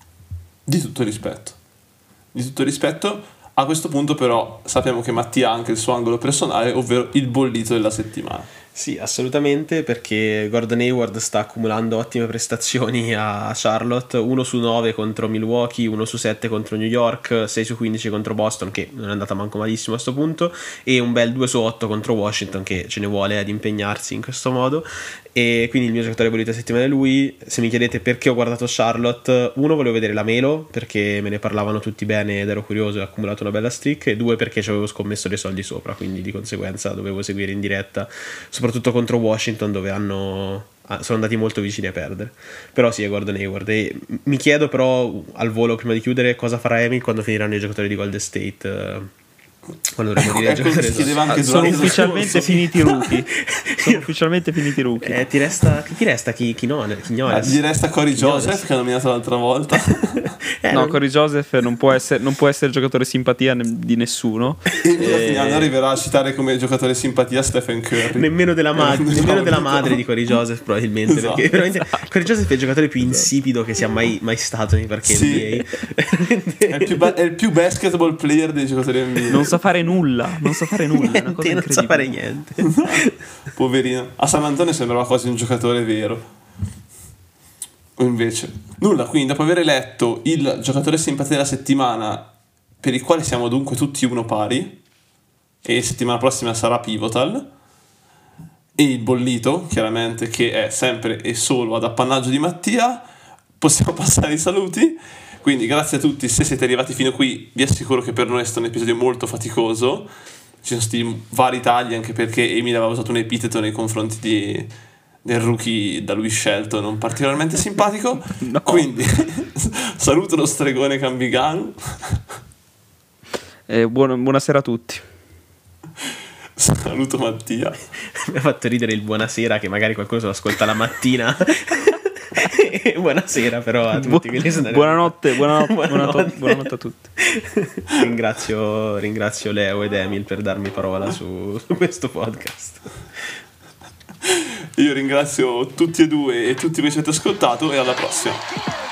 Di tutto rispetto. Di tutto rispetto. A questo punto però sappiamo che Mattia ha anche il suo angolo personale, ovvero il bollito della settimana. Sì, assolutamente, perché Gordon Hayward sta accumulando ottime prestazioni a Charlotte, uno su nove contro Milwaukee, uno su sette contro New York, sei su quindici contro Boston, che non è andata manco malissimo a sto punto, e un bel due su otto contro Washington, che ce ne vuole ad impegnarsi in questo modo. E quindi il mio giocatore bollito settimana è lui. Se mi chiedete perché ho guardato Charlotte, uno, volevo vedere la Melo perché me ne parlavano tutti bene ed ero curioso e ho accumulato una bella streak, e due perché ci avevo scommesso dei soldi sopra, quindi di conseguenza dovevo seguire in diretta, soprattutto contro Washington dove hanno sono andati molto vicini a perdere. Però sì, è Gordon Hayward. E mi chiedo però al volo, prima di chiudere, cosa farà Emil quando finiranno i giocatori di Golden State. Quando dovremmo dire Ecco, ecco, chiedeva anche sono durante ufficialmente lo scorso. finiti i rookie. Sono ufficialmente finiti i rookie. Eh, ti resta chi ti resta chi chi non chi Ah, gli resta Corey Joseph che ha nominato l'altra volta. eh, No, non- Corey Joseph non può essere, non può essere giocatore simpatia ne- di nessuno. E alla Eh, fine arriverà a citare come giocatore simpatia Stephen Curry. nemmeno della, ma- Eh, nemmeno no, della no. madre di Corey Joseph probabilmente, Esatto. perché veramente Corey Joseph è il giocatore più insipido che sia mai, mai stato nei parchi Sì. N B A. È il, più ba- è il più basketball player dei giocatori N B A. non sa fare nulla, non sa fare nulla, è una cosa Niente, non sa fare incredibile. niente. Poverino. A San Antonio sembrava quasi un giocatore vero. O invece nulla. Quindi dopo aver letto il giocatore simpatia della settimana, per il quale siamo dunque tutti uno pari, e settimana prossima sarà Pivotal, e il bollito chiaramente che è sempre e solo ad appannaggio di Mattia, possiamo passare ai saluti. Quindi grazie a tutti, se siete arrivati fino qui vi assicuro che per noi è stato un episodio molto faticoso, ci sono stati vari tagli anche perché Emile aveva usato un epiteto nei confronti di, del rookie da lui scelto non particolarmente simpatico. No. Quindi saluto lo stregone Cambigano. Eh, buon- buonasera a tutti. Saluto Mattia. Mi ha fatto ridere il buonasera, che magari qualcuno se lo ascolta la mattina. Buonasera però a tutti. Bu- buonanotte, buonanotte, buonanotte, buonanotte a tutti. ringrazio, ringrazio Leo ed Emil per darmi parola su, su questo podcast. Io ringrazio tutti e due e tutti voi che ci avete ascoltato e alla prossima.